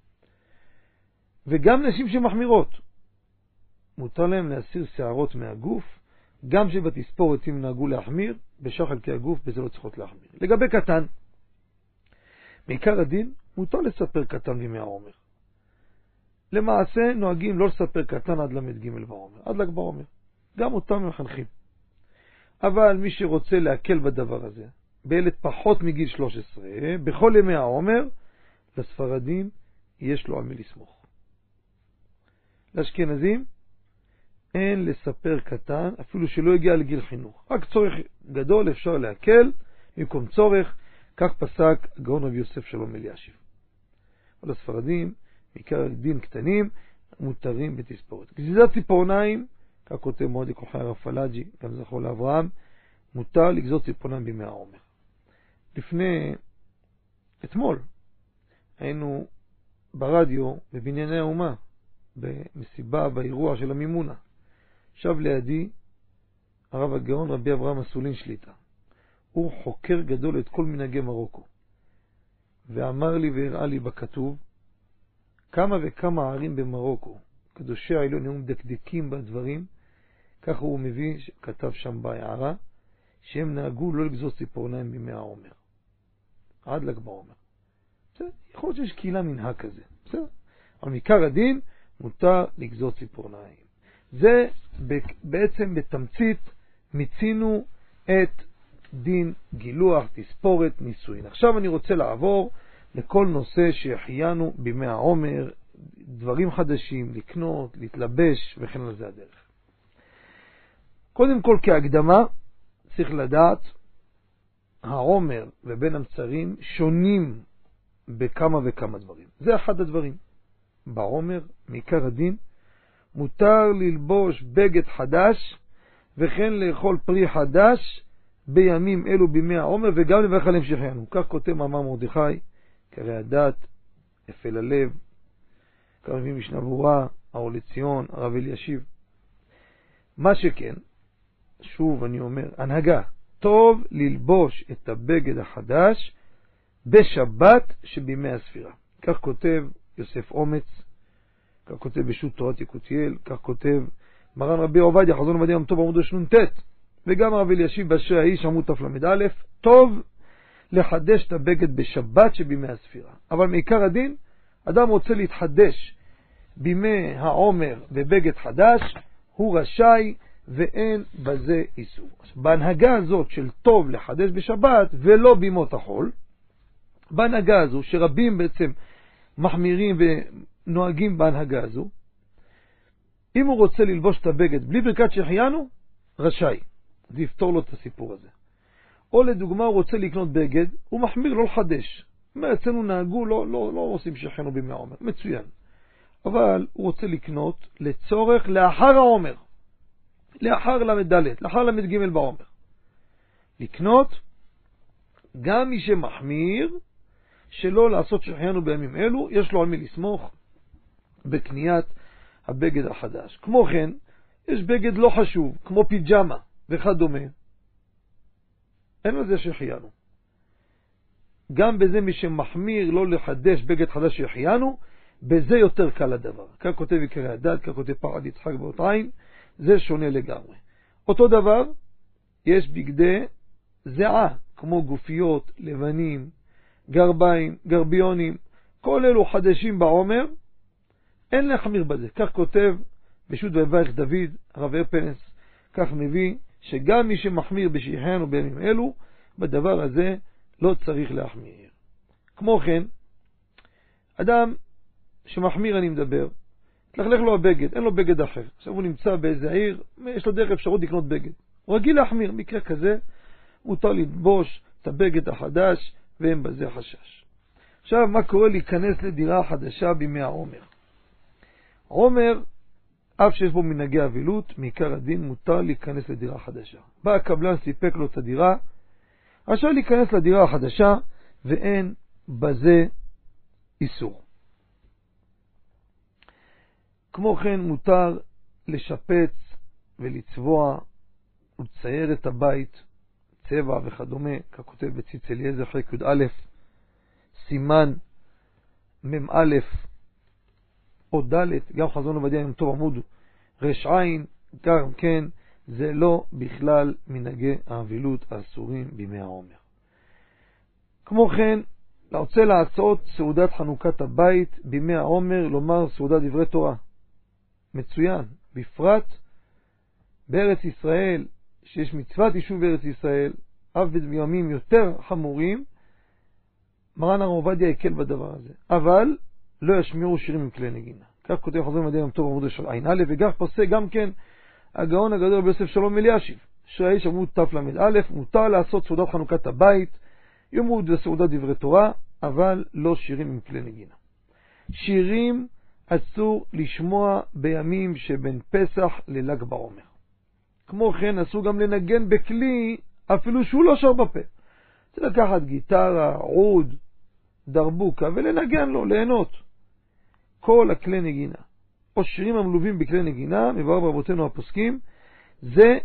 וגם נשים שמחמירות, מותר להם להסיר שערות מהגוף, גם שבתספורת אם נהגו להחמיר, בשאר חלקי הגוף בזה לא צריכות להחמיר. לגבי קטן, מעיקר הדין, מותר לספר קטן בימי העומר. למעשה נוהגים לא לספר קטן עד למד ג' בעומר, עד ל"ג בעומר. גם אותם מחנכים. אבל מי שרוצה להקל בדבר הזה, בילד פחות מגיל שלוש עשרה, בכל ימי העומר, לספרדים יש לו על מי לסמוך. לאשכנזים אין לספר קטן, אפילו שלא הגיע לגיל חינוך. רק צורך גדול אפשר להקל, במקום צורך, כך פסק הגאון רבי יוסף שלום אלישיב. אבל הספרדים, בעיקר דין קטנים, מותרים בתספורת. גזיזת ציפורניים, כך כותב מועדי כוחי הרב פלאג'י, גם זכרו לאברהם, מותר לגזור ציפורניים בימי העומר. לפני, אתמול, היינו ברדיו, בבנייני האומה, במסיבה, באירוע של המימונה. שב לידי הרב הגאון רבי אברהם אסולין שליטה. הוא חוקר גדול את כל מנהגי מרוקו. ואמר לי והראה לי בכתוב, כמה וכמה ערים במרוקו, קדושי העליון היו מדקדקים בדברים, ככה הוא מביא, כתב שם בהערה, שהם נהגו לא לגזור ציפורניים בימי העומר. עד ל"ג בעומר. בסדר? יכול להיות שיש קהילה מנהג כזה. בסדר? אבל מעיקר הדין מותר לגזור ציפורניים. זה בעצם בתמצית מיצינו את דין גילוח, תספורת, נישואין. עכשיו אני רוצה לעבור לכל נושא שהחיינו בימי העומר, דברים חדשים, לקנות, להתלבש וכן על זה הדרך. קודם כל כהקדמה צריך לדעת, העומר ובין המצרים שונים בכמה וכמה דברים. זה אחד הדברים. בעומר, מעיקר הדין, מותר ללבוש בגד חדש וכן לאכול פרי חדש בימים אלו בימי העומר וגם לברך עליהם שהחיינו. כך כותב מאמר מרדכי, קרא הדת, אפל הלב, כך מביא משנה ברורה, האור לציון, הרב אלישיב. מה שכן, שוב אני אומר, הנהגה, טוב ללבוש את הבגד החדש בשבת שבימי הספירה. כך כותב יוסף אומץ, כך כותב בשו"ת תורת יקותיאל, כך כותב מרן רבי עובדיה חזון עובדיה יום טוב עמוד שנ"ט, וגם הרב אלישיב באשרי האיש עמוד תל"א, טוב לחדש את הבגד בשבת שבימי הספירה. אבל מעיקר הדין, אדם רוצה להתחדש בימי העומר בבגד חדש, הוא רשאי ואין בזה איסור. בהנהגה הזאת של טוב לחדש בשבת ולא בימות החול, בהנהגה הזו שרבים בעצם מחמירים ונוהגים בהנהגה הזו, אם הוא רוצה ללבוש את הבגד בלי ברכת שהחיינו, רשאי. זה יפתור לו את הסיפור הזה. או לדוגמה הוא רוצה לקנות בגד, הוא מחמיר לא לחדש. אצלנו נהגו, לא, לא, לא עושים שהחיינו בימי העומר. מצוין. אבל הוא רוצה לקנות לצורך לאחר העומר. לאחר למד ד', לאחר למד ג' בעומר. לקנות גם מי שמחמיר שלא לעשות שהחיינו בימים אלו, יש לו על מי לסמוך בקניית הבגד החדש. כמו כן, יש בגד לא חשוב, כמו פיג'מה וכדומה. אין לזה שהחיינו. גם בזה מי שמחמיר לא לחדש בגד חדש שהחיינו, בזה יותר קל הדבר. כך כותב עיקרי הדת, כך כותב פחד יצחק באות עין, זה שונה לגמרי. אותו דבר, יש בגדי זהה, כמו גופיות, לבנים, גרביים, גרביונים, כל אלו חדשים בעומר, אין להחמיר בזה. כך כותב בשו"ת ויברך דוד, הרב הרפנס, כך מביא שגם מי שמחמיר בשהחיינו בימים אלו, בדבר הזה לא צריך להחמיר. כמו כן, אדם שמחמיר אני מדבר, תלכלך לו הבגד, אין לו בגד אחר. עכשיו הוא נמצא באיזה עיר, יש לו דרך אפשרות לקנות בגד. הוא רגיל להחמיר, מקרה כזה, מותר ללבוש את הבגד החדש, ואין בזה חשש. עכשיו, מה קורה להיכנס לדירה חדשה בימי העומר? עומר, אף שיש בו מנהגי אבילות, מעיקר הדין מותר להיכנס לדירה חדשה. בא הקבלן, סיפק לו את הדירה, רשאי להיכנס לדירה החדשה, ואין בזה איסור. כמו כן מותר לשפץ ולצבוע ולצייר את הבית, צבע וכדומה, ככותב בציץ אליעזר חלק י"א, סימן מ"א או ד', גם חזון עובדיה יום טוב עמוד רש עין, גם כן זה לא בכלל מנהגי האבילות האסורים בימי העומר. כמו כן, רוצה לעשות סעודת חנוכת הבית בימי העומר, לומר סעודת דברי תורה. מצוין, בפרט בארץ ישראל, שיש מצוות יישוב בארץ ישראל, אף בימים יותר חמורים, מרן הרב עובדיה יקל בדבר הזה. אבל לא ישמיעו שירים עם כלי נגינה. כך כותב חזון עובדיה יום טוב עמוד עין א', וכך פוסק גם כן הגאון הגדול ביוסף שלום אלישיב, שהאיש עמוד תף למד א', מותר לעשות סעודת חנוכת הבית, יומוד וסעודת דברי תורה, אבל לא שירים עם כלי נגינה. שירים אסור לשמוע בימים שבין פסח לל"ג בעומר. כמו כן אסור גם לנגן בכלי אפילו שהוא לא שר בפה. זה לקחת גיטרה, עוד, דרבוקה ולנגן לו, ליהנות. כל הכלי נגינה או שירים המלווים בכלי נגינה, מבואר ברבותינו הפוסקים, זה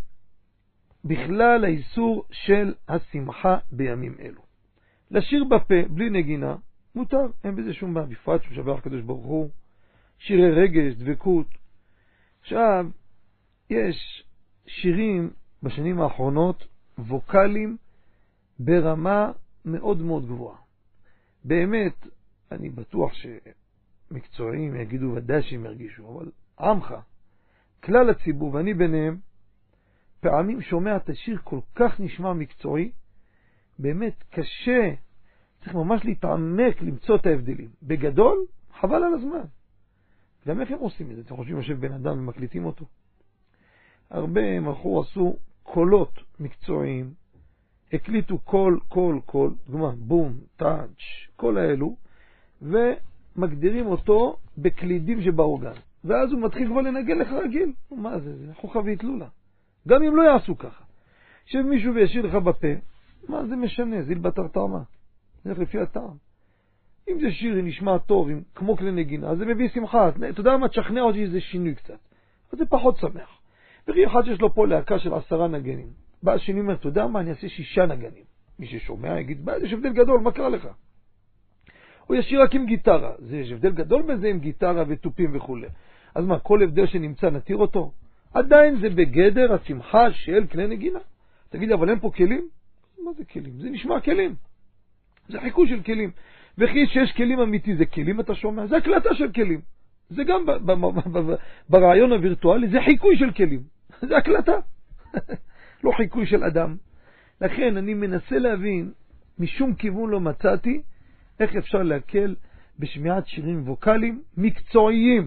בכלל האיסור של השמחה בימים אלו. לשיר בפה בלי נגינה מותר, אין בזה שום בעיה, בפרט שמשבח הקדוש ברוך הוא, שירי רגש, דבקות. עכשיו, יש שירים בשנים האחרונות, ווקלים ברמה מאוד מאוד גבוהה. באמת, אני בטוח שמקצועיים יגידו ודאי שהם ירגישו, אבל עמך, כלל הציבור, ואני ביניהם, פעמים שומע את השיר כל כך נשמע מקצועי, באמת קשה, צריך ממש להתעמק, למצוא את ההבדלים. בגדול, חבל על הזמן. גם איך הם עושים את זה? אתם חושבים יושב בן אדם ומקליטים אותו? הרבה הם הלכו, עשו קולות מקצועיים, הקליטו קול, קול, קול, דוגמה, בום, טאץ', כל האלו, ומגדירים אותו בקלידים שבאורגן. ואז הוא מתחיל כבר לנגן לך רגיל. מה זה? זה חוכה והתלולה. גם אם לא יעשו ככה. שמישהו וישיר לך בפה, מה זה משנה? זה ילבטר טעמה. זה לפי הטעם. אם זה שיר נשמע טוב, עם, כמו כלי נגינה, אז זה מביא שמחה. אתה יודע מה? תשכנע אותי שזה שינוי קצת. אז זה פחות שמח. וכי אחד שיש לו פה להקה של עשרה נגנים. בא השני אומר, אתה יודע מה? אני אעשה שישה נגנים. מי ששומע יגיד, בא, יש הבדל גדול, מה קרה לך? הוא ישיר רק עם גיטרה. זה יש הבדל גדול בזה עם גיטרה וטופים וכו'. אז מה, כל הבדל שנמצא נתיר אותו? עדיין זה בגדר השמחה של כלי נגינה. תגיד לי, אבל אין פה כלים? מה זה כלים? זה נשמע כלים. זה חיקוי של כלים. וכי שיש כלים אמיתי, זה כלים אתה שומע? זה הקלטה של כלים. זה גם ברעיון הווירטואלי, זה חיקוי של כלים. זה הקלטה. לא חיקוי של אדם. לכן אני מנסה להבין, משום כיוון לא מצאתי, איך אפשר להקל בשמיעת שירים ווקליים מקצועיים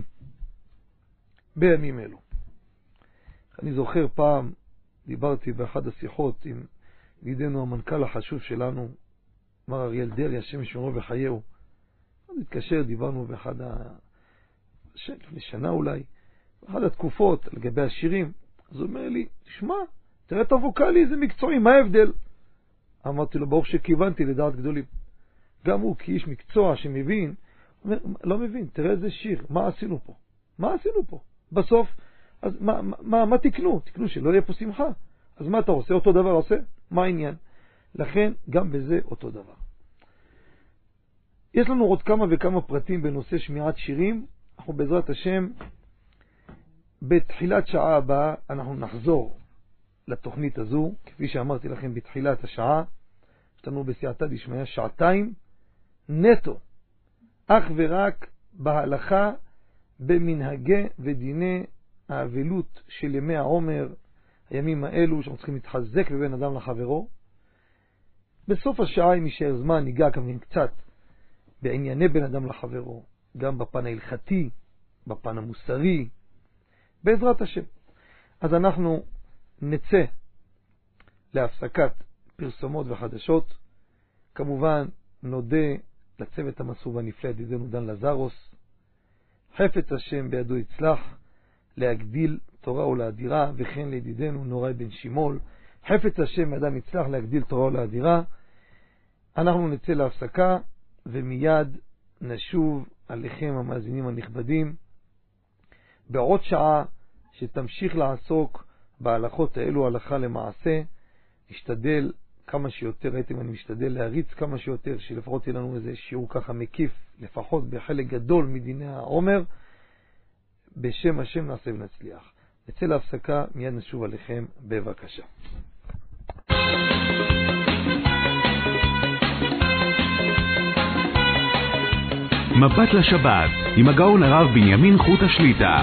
בימים אלו. אני זוכר פעם, דיברתי באחד השיחות עם ידידנו המנכ"ל החשוב שלנו, מר אריאל דרעי, השם ישמרו וחייהו. אז התקשר, דיברנו באחד ה... לפני שנה אולי, באחד התקופות לגבי השירים. אז הוא אומר לי, תשמע, תראה את הווקלי, זה מקצועי, מה ההבדל? אמרתי לו, ברוך שכיוונתי לדעת גדולים. גם הוא, כאיש מקצוע שמבין, אומר, לא מבין, תראה איזה שיר, מה עשינו פה? מה עשינו פה? בסוף, אז מה, מה, מה תקנו? תקנו שלא יהיה פה שמחה. אז מה אתה עושה? אותו דבר עושה? מה העניין? לכן, גם בזה אותו דבר. יש לנו עוד כמה וכמה פרטים בנושא שמיעת שירים. אנחנו בעזרת השם, בתחילת שעה הבאה, אנחנו נחזור לתוכנית הזו, כפי שאמרתי לכם בתחילת השעה. יש לנו בסייעתא דשמיא שעתיים נטו, אך ורק בהלכה, במנהגי ודיני האבלות של ימי העומר, הימים האלו שאנחנו צריכים להתחזק בבין אדם לחברו. בסוף השעה, אם יישאר זמן, ניגע כמובן קצת בענייני בין אדם לחברו, גם בפן ההלכתי, בפן המוסרי, בעזרת השם. אז אנחנו נצא להפסקת פרסומות וחדשות. כמובן נודה לצוות המסור והנפלא ידידנו דן לזרוס, חפץ השם בידו יצלח להגדיל תורה ולאדירה, וכן לידידנו נוראי בן שימול, חפץ השם אדם יצלח להגדיל תורה ולאדירה. אנחנו נצא להפסקה ומיד נשוב עליכם המאזינים הנכבדים בעוד שעה שתמשיך לעסוק בהלכות האלו הלכה למעשה. נשתדל כמה שיותר, ראיתם אני משתדל להריץ כמה שיותר, שלפחות יהיה לנו איזה שיעור ככה מקיף, לפחות בחלק גדול מדיני העומר. בשם השם נעשה ונצליח. נצא להפסקה, מיד נשוב עליכם, בבקשה. מבט לשבת עם הגאון הרב בנימין חוט השליטה.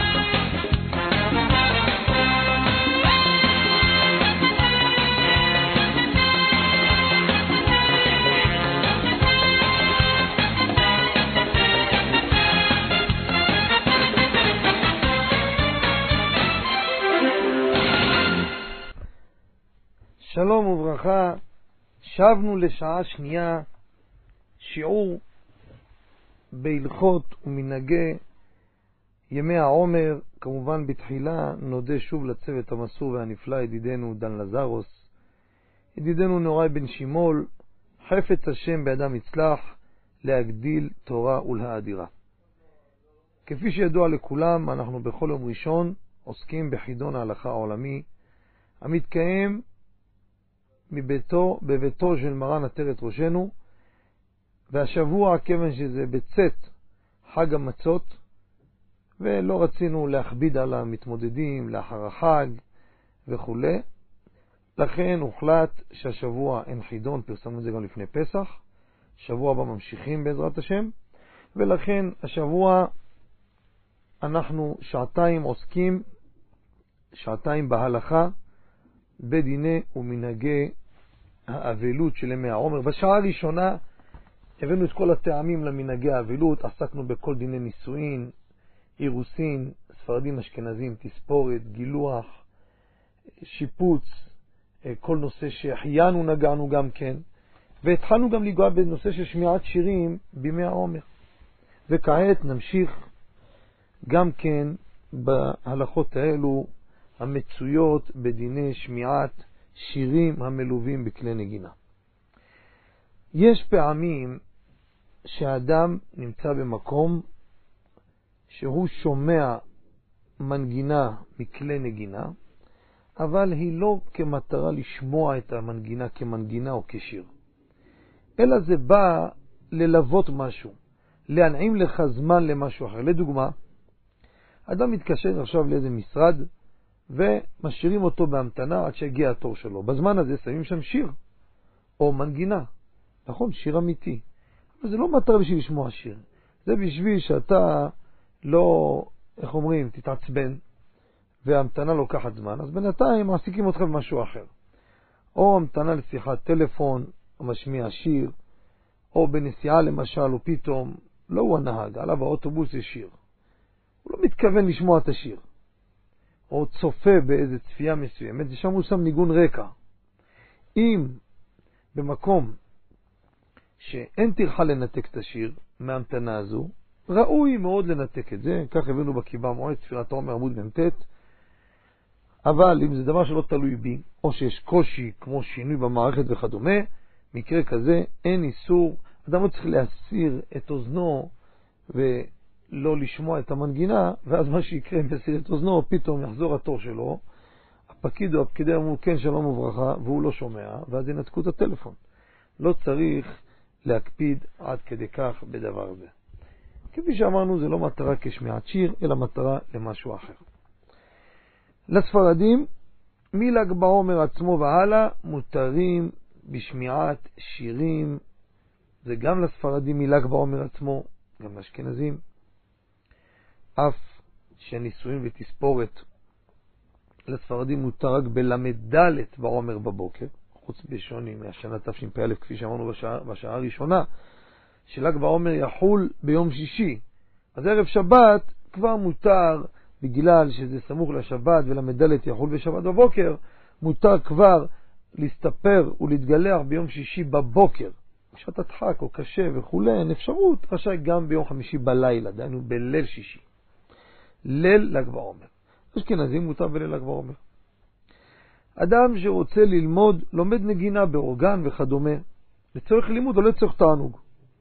שלום וברכה, שבנו לשעה שנייה, שיעור בהלכות ומנהגי ימי העומר. כמובן בתחילה נודה שוב לצוות המסור והנפלא, ידידנו דן לזרוס, ידידנו נוראי בן שימול, חפץ השם באדם יצלח להגדיל תורה ולהאדירה. כפי שידוע לכולם, אנחנו בכל יום ראשון עוסקים בחידון ההלכה העולמי המתקיים מביתו, בביתו של מרן עטרת ראשנו, והשבוע, כיוון שזה בצאת חג המצות, ולא רצינו להכביד על המתמודדים לאחר החג וכו', לכן הוחלט שהשבוע אין חידון, פרסמנו את זה גם לפני פסח, שבוע הבא ממשיכים בעזרת השם, ולכן השבוע אנחנו שעתיים עוסקים, שעתיים בהלכה, בדיני ומנהגי האבלות של ימי העומר. בשעה הראשונה הבאנו את כל הטעמים למנהגי האבלות, עסקנו בכל דיני נישואין, אירוסין, ספרדים אשכנזים, תספורת, גילוח, שיפוץ, כל נושא שהחיינו נגענו גם כן, והתחלנו גם לגוע בנושא של שמיעת שירים בימי העומר. וכעת נמשיך גם כן בהלכות האלו המצויות בדיני שמיעת שירים המלווים בכלי נגינה. יש פעמים שהאדם נמצא במקום שהוא שומע מנגינה מכלי נגינה, אבל היא לא כמטרה לשמוע את המנגינה כמנגינה או כשיר, אלא זה בא ללוות משהו, להנעים לך זמן למשהו אחר. לדוגמה, אדם מתקשר עכשיו לאיזה משרד ומשאירים אותו בהמתנה עד שהגיע התור שלו. בזמן הזה שמים שם שיר או מנגינה, נכון, שיר אמיתי, אבל זה לא מטרה בשביל לשמוע שיר, זה בשביל שאתה לא, איך אומרים, תתעצבן, והמתנה לוקחת זמן, אז בינתיים מעסיקים אותך במשהו אחר, או המתנה לשיחת טלפון, או משמיע שיר, או בנסיעה למשל, ופתאום לא הוא הנהג, עליו האוטובוס יש שיר, הוא לא מתכוון לשמוע את השיר, או צופה באיזה צפייה מסוימת, ושם הוא שם ניגון רקע. אם במקום שאין תרחה לנתק את השיר מהמתנה הזו, ראוי מאוד לנתק את זה, כך הבאנו בקיבה מועד ספירת העומר עמוד ממתת. אבל אם זה דבר שלא תלוי בי, או שיש קושי כמו שינוי במערכת וכדומה, מקרה כזה אין איסור, אדם לא צריך להסיר את אוזנו ולא לשמוע את המנגינה, ואז מה שיקרה אם יסיר את אוזנו, פתאום יחזור התור שלו, הפקיד או הפקידי אמרו כן שלום וברכה, והוא לא שומע, ואז ינתקו את הטלפון. לא צריך להקפיד עד כדי כך בדבר זה. כפי שאמרנו, זה לא מטרה כשמיעת שיר, אלא מטרה למשהו אחר. לספרדים, מל"ג בעומר עצמו והלאה, מותרים בשמיעת שירים. זה גם לספרדים מל"ג בעומר עצמו, גם לאשכנזים. אף שנישואין ותספורת לספרדים מותר רק בל"ד בעומר בבוקר, חוץ בשוני מהשנה תשפ"א, כפי שאמרנו בשעה, בשעה הראשונה, של"ג בעומר יחול ביום שישי. אז ערב שבת כבר מותר, בגלל שזה סמוך לשבת ולמדלת יחול בשבת בבוקר, מותר כבר להסתפר ולהתגלח ביום שישי בבוקר. בשעת הדחק או קשה וכו', אין אפשרות, רשאי גם ביום חמישי בלילה, דהיינו בליל שישי. ליל ל"ג בעומר. אשכנזים מותר בליל ל"ג בעומר. אדם שרוצה ללמוד, לומד נגינה באורגן וכדומה, לצורך לימוד או לצורך תענוג.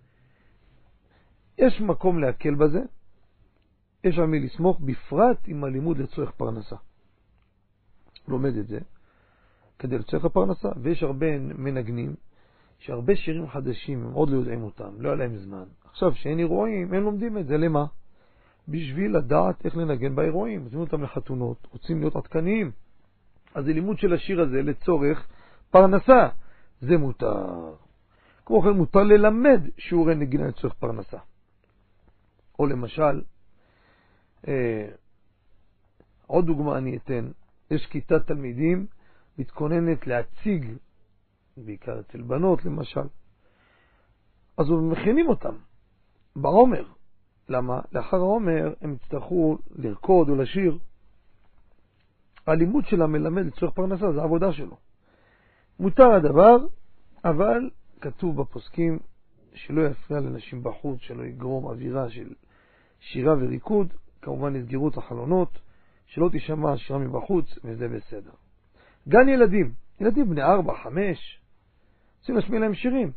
יש מקום להקל בזה, יש על מי לסמוך, בפרט עם הלימוד לצורך פרנסה. לומד את זה כדי לצורך הפרנסה, ויש הרבה מנגנים שהרבה שירים חדשים הם עוד לא יודעים אותם, לא היה להם זמן. עכשיו שאין אירועים, הם לומדים את זה. למה? בשביל לדעת איך לנגן באירועים. מזמינים אותם לחתונות, רוצים להיות עדכניים. אז הלימוד של השיר הזה לצורך פרנסה, זה מותר. כמו כן מותר ללמד שיעורי נגינה לצורך פרנסה. או למשל, אה, עוד דוגמה אני אתן, יש כיתת תלמידים מתכוננת להציג, בעיקר אצל בנות למשל, אז הם מכינים אותם בעומר. למה? לאחר העומר הם יצטרכו לרקוד או לשיר. הלימוד שלה מלמד לצורך פרנסה, זה העבודה שלו. מותר הדבר, אבל כתוב בפוסקים שלא יפריע לנשים בחוץ, שלא יגרום אווירה של שירה וריקוד, כמובן יסגרו את החלונות, שלא תשמע שירה מבחוץ, וזה בסדר. גן ילדים, ילדים בני ארבע, חמש, רוצים להשמיע להם שירים.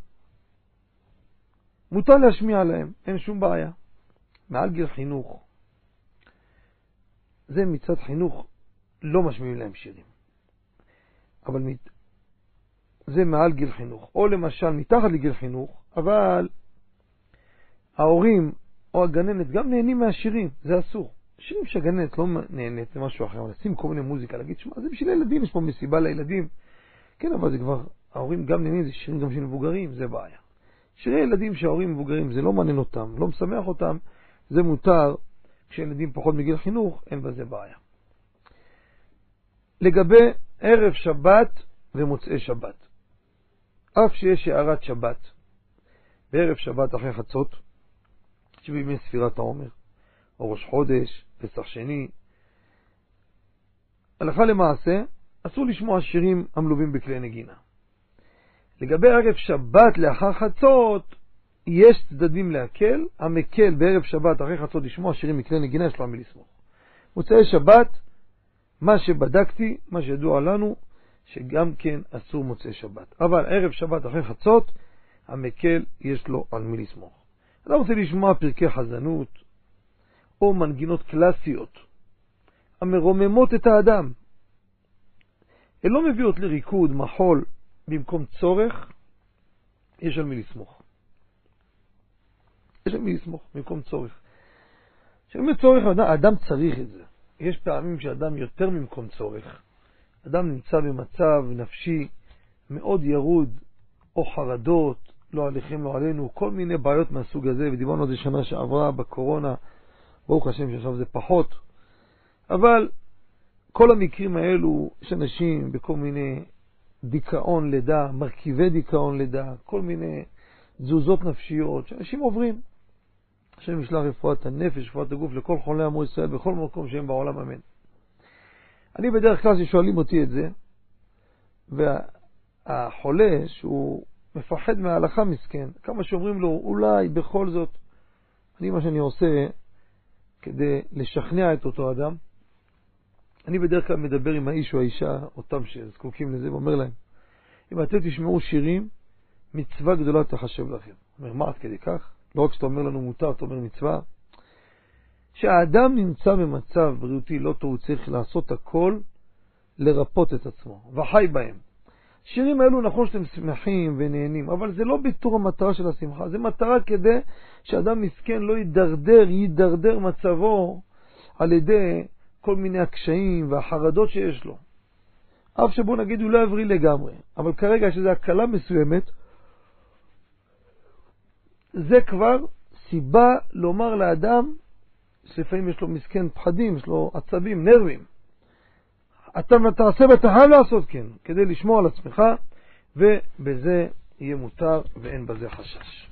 מותר להשמיע להם, אין שום בעיה. מעל גיל חינוך, זה מצד חינוך, לא משמיעים להם שירים. אבל מת... זה מעל גיל חינוך. או למשל מתחת לגיל חינוך, אבל ההורים או הגננת גם נהנים מהשירים, זה אסור. שירים שהגננת לא נהנית, זה משהו אחר, אבל לשים כל מיני מוזיקה, להגיד, שמה, זה בשביל הילדים, יש פה מסיבה לילדים. כן, אבל זה כבר, ההורים גם נהנים, זה שירים גם של מבוגרים, זה בעיה. שירי ילדים שההורים מבוגרים, זה לא מעניין אותם, לא משמח אותם, זה מותר. כשילדים פחות מגיל חינוך, אין בזה בעיה. לגבי ערב שבת ומוצאי שבת. אף שיש הערת שבת, בערב שבת אחרי חצות, שבימי ספירת העומר, או ראש חודש, פסח שני, הלכה למעשה, אסור לשמוע שירים המלווים בכלי נגינה. לגבי ערב שבת לאחר חצות, יש צדדים להקל, המקל בערב שבת אחרי חצות לשמוע שירים מכלי נגינה, יש לו מי לסמוך. מוצאי שבת, מה שבדקתי, מה שידוע לנו, שגם כן אסור מוצאי שבת. אבל ערב שבת אחרי חצות, המקל יש לו על מי לסמוך. אתה רוצה לשמוע פרקי חזנות, או מנגינות קלאסיות, המרוממות את האדם. הן לא מביאות לריקוד, מחול, במקום צורך, יש על מי לסמוך. יש על מי לסמוך, במקום צורך. שבאמת צורך, האדם, האדם צריך את זה. יש פעמים שאדם יותר ממקום צורך. אדם נמצא במצב נפשי מאוד ירוד, או חרדות, לא עליכם, לא עלינו, כל מיני בעיות מהסוג הזה, ודיברנו על זה שנה שעברה בקורונה, ברוך השם שעכשיו זה פחות. אבל כל המקרים האלו, יש אנשים בכל מיני דיכאון לידה, מרכיבי דיכאון לידה, כל מיני תזוזות נפשיות שאנשים עוברים. השם ישלח רפואת הנפש, רפואת הגוף לכל חולי עמו ישראל בכל מקום שהם בעולם, אמן. אני בדרך כלל ששואלים אותי את זה, והחולה שהוא מפחד מההלכה מסכן, כמה שאומרים לו אולי בכל זאת, אני מה שאני עושה כדי לשכנע את אותו אדם, אני בדרך כלל מדבר עם האיש או האישה, אותם שזקוקים לזה, ואומר להם, אם אתם תשמעו שירים, מצווה גדולה תחשב לכם. אומר, מה עד כדי כך? לא רק שאתה אומר לנו מותר, אתה אומר מצווה. שהאדם נמצא במצב בריאותי לא טוב, הוא צריך לעשות הכל לרפות את עצמו, וחי בהם. שירים האלו נכון שאתם שמחים ונהנים, אבל זה לא בתור המטרה של השמחה, זה מטרה כדי שאדם מסכן לא יידרדר, יידרדר מצבו על ידי כל מיני הקשיים והחרדות שיש לו. אף שבו נגיד הוא לא עברי לגמרי, אבל כרגע שזה הקלה מסוימת, זה כבר סיבה לומר לאדם, שלפעמים יש לו מסכן פחדים, יש לו עצבים, נרבים. אתה תעשה ואתה חייב לעשות כן, כדי לשמור על עצמך, ובזה יהיה מותר ואין בזה חשש.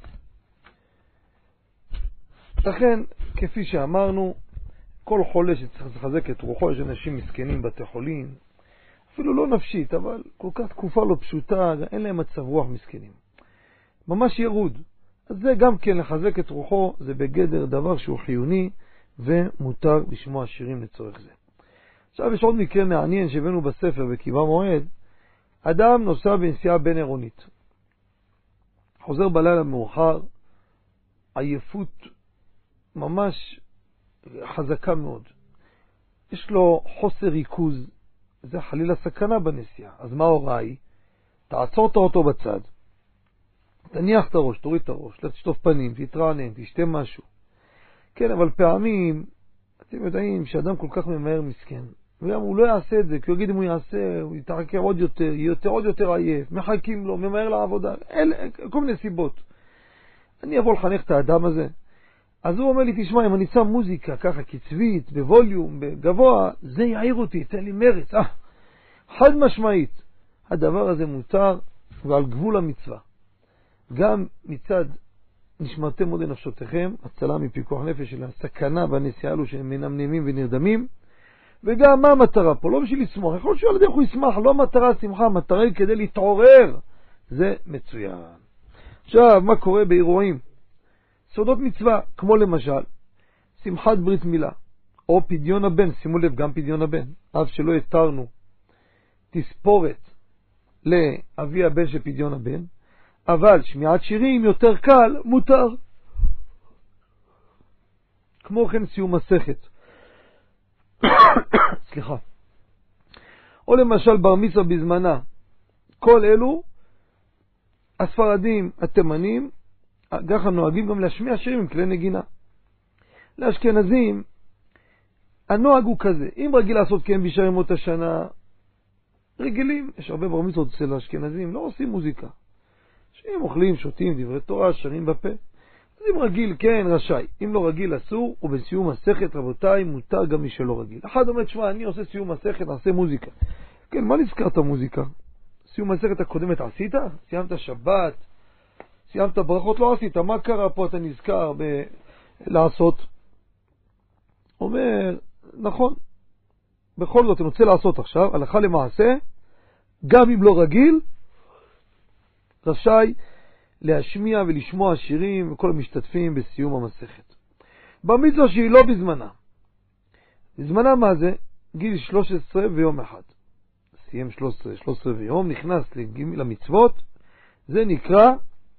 לכן, כפי שאמרנו, כל חולה שצריך לחזק את רוחו, יש אנשים מסכנים בתי חולים, אפילו לא נפשית, אבל כל כך תקופה לא פשוטה, אין להם מצב רוח מסכנים. ממש ירוד. אז זה גם כן לחזק את רוחו, זה בגדר דבר שהוא חיוני, ומותר לשמוע שירים לצורך זה. עכשיו יש עוד מקרה מעניין שהבאנו בספר בקיבה מועד, אדם נוסע בנסיעה בין עירונית. חוזר בלילה מאוחר, עייפות ממש חזקה מאוד. יש לו חוסר ריכוז, זה חלילה סכנה בנסיעה. אז מה ההוראה היא? תעצור את האוטו בצד, תניח את הראש, תוריד את הראש, תשטוף פנים, תתרענן, תשתה משהו. כן, אבל פעמים, אתם יודעים שאדם כל כך ממהר מסכן, וגם הוא לא יעשה את זה, כי הוא יגיד אם הוא יעשה, הוא יתרקר עוד יותר, יהיה יותר, עוד יותר עייף, מחכים לו, ממהר לעבודה, אלה, כל מיני סיבות. אני אבוא לחנך את האדם הזה. אז הוא אומר לי, תשמע, אם אני שם מוזיקה ככה קצבית, בווליום, בגבוה, זה יעיר אותי, תן לי מרץ. אה, חד משמעית, הדבר הזה מותר ועל גבול המצווה. גם מצד נשמרתם מאוד לנפשותיכם, הצלה מפיקוח נפש של הסכנה בנסיעה אלו שהם מנמנמים ונרדמים, וגם מה המטרה פה? לא בשביל לשמוח. יכול להיות שעל ידי הוא ישמח, לא מטרה שמחה, המטרה היא כדי להתעורר. זה מצוין. עכשיו, מה קורה באירועים? סעודות מצווה, כמו למשל, שמחת ברית מילה, או פדיון הבן, שימו לב, גם פדיון הבן, אף שלא התרנו תספורת לאבי הבן של פדיון הבן, אבל שמיעת שירים יותר קל, מותר. כמו כן סיום מסכת. סליחה. או למשל בר מצווה בזמנה. כל אלו, הספרדים, התימנים, ככה נוהגים גם להשמיע שירים עם כלי נגינה. לאשכנזים, הנוהג הוא כזה. אם רגיל לעשות כן בישר ימות השנה, רגילים. יש הרבה בר מצוות אצל האשכנזים, לא עושים מוזיקה. שהם אוכלים, שותים, דברי תורה, שרים בפה. אז אם רגיל, כן, רשאי. אם לא רגיל, אסור, ובסיום מסכת, רבותיי, מותר גם מי שלא רגיל. אחד אומר, שמע, אני עושה סיום מסכת, נעשה מוזיקה. כן, מה נזכרת מוזיקה? סיום מסכת הקודמת עשית? סיימת שבת? סיימת ברכות? לא עשית. מה קרה פה אתה נזכר ב- לעשות? אומר, נכון. בכל זאת, אני רוצה לעשות עכשיו, הלכה למעשה, גם אם לא רגיל, רשאי להשמיע ולשמוע שירים וכל המשתתפים בסיום המסכת. במצווה שהיא לא בזמנה. בזמנה מה זה? גיל שלוש עשרה ויום אחד. סיים שלוש עשרה, שלוש עשרה ויום, נכנס למצוות, זה נקרא,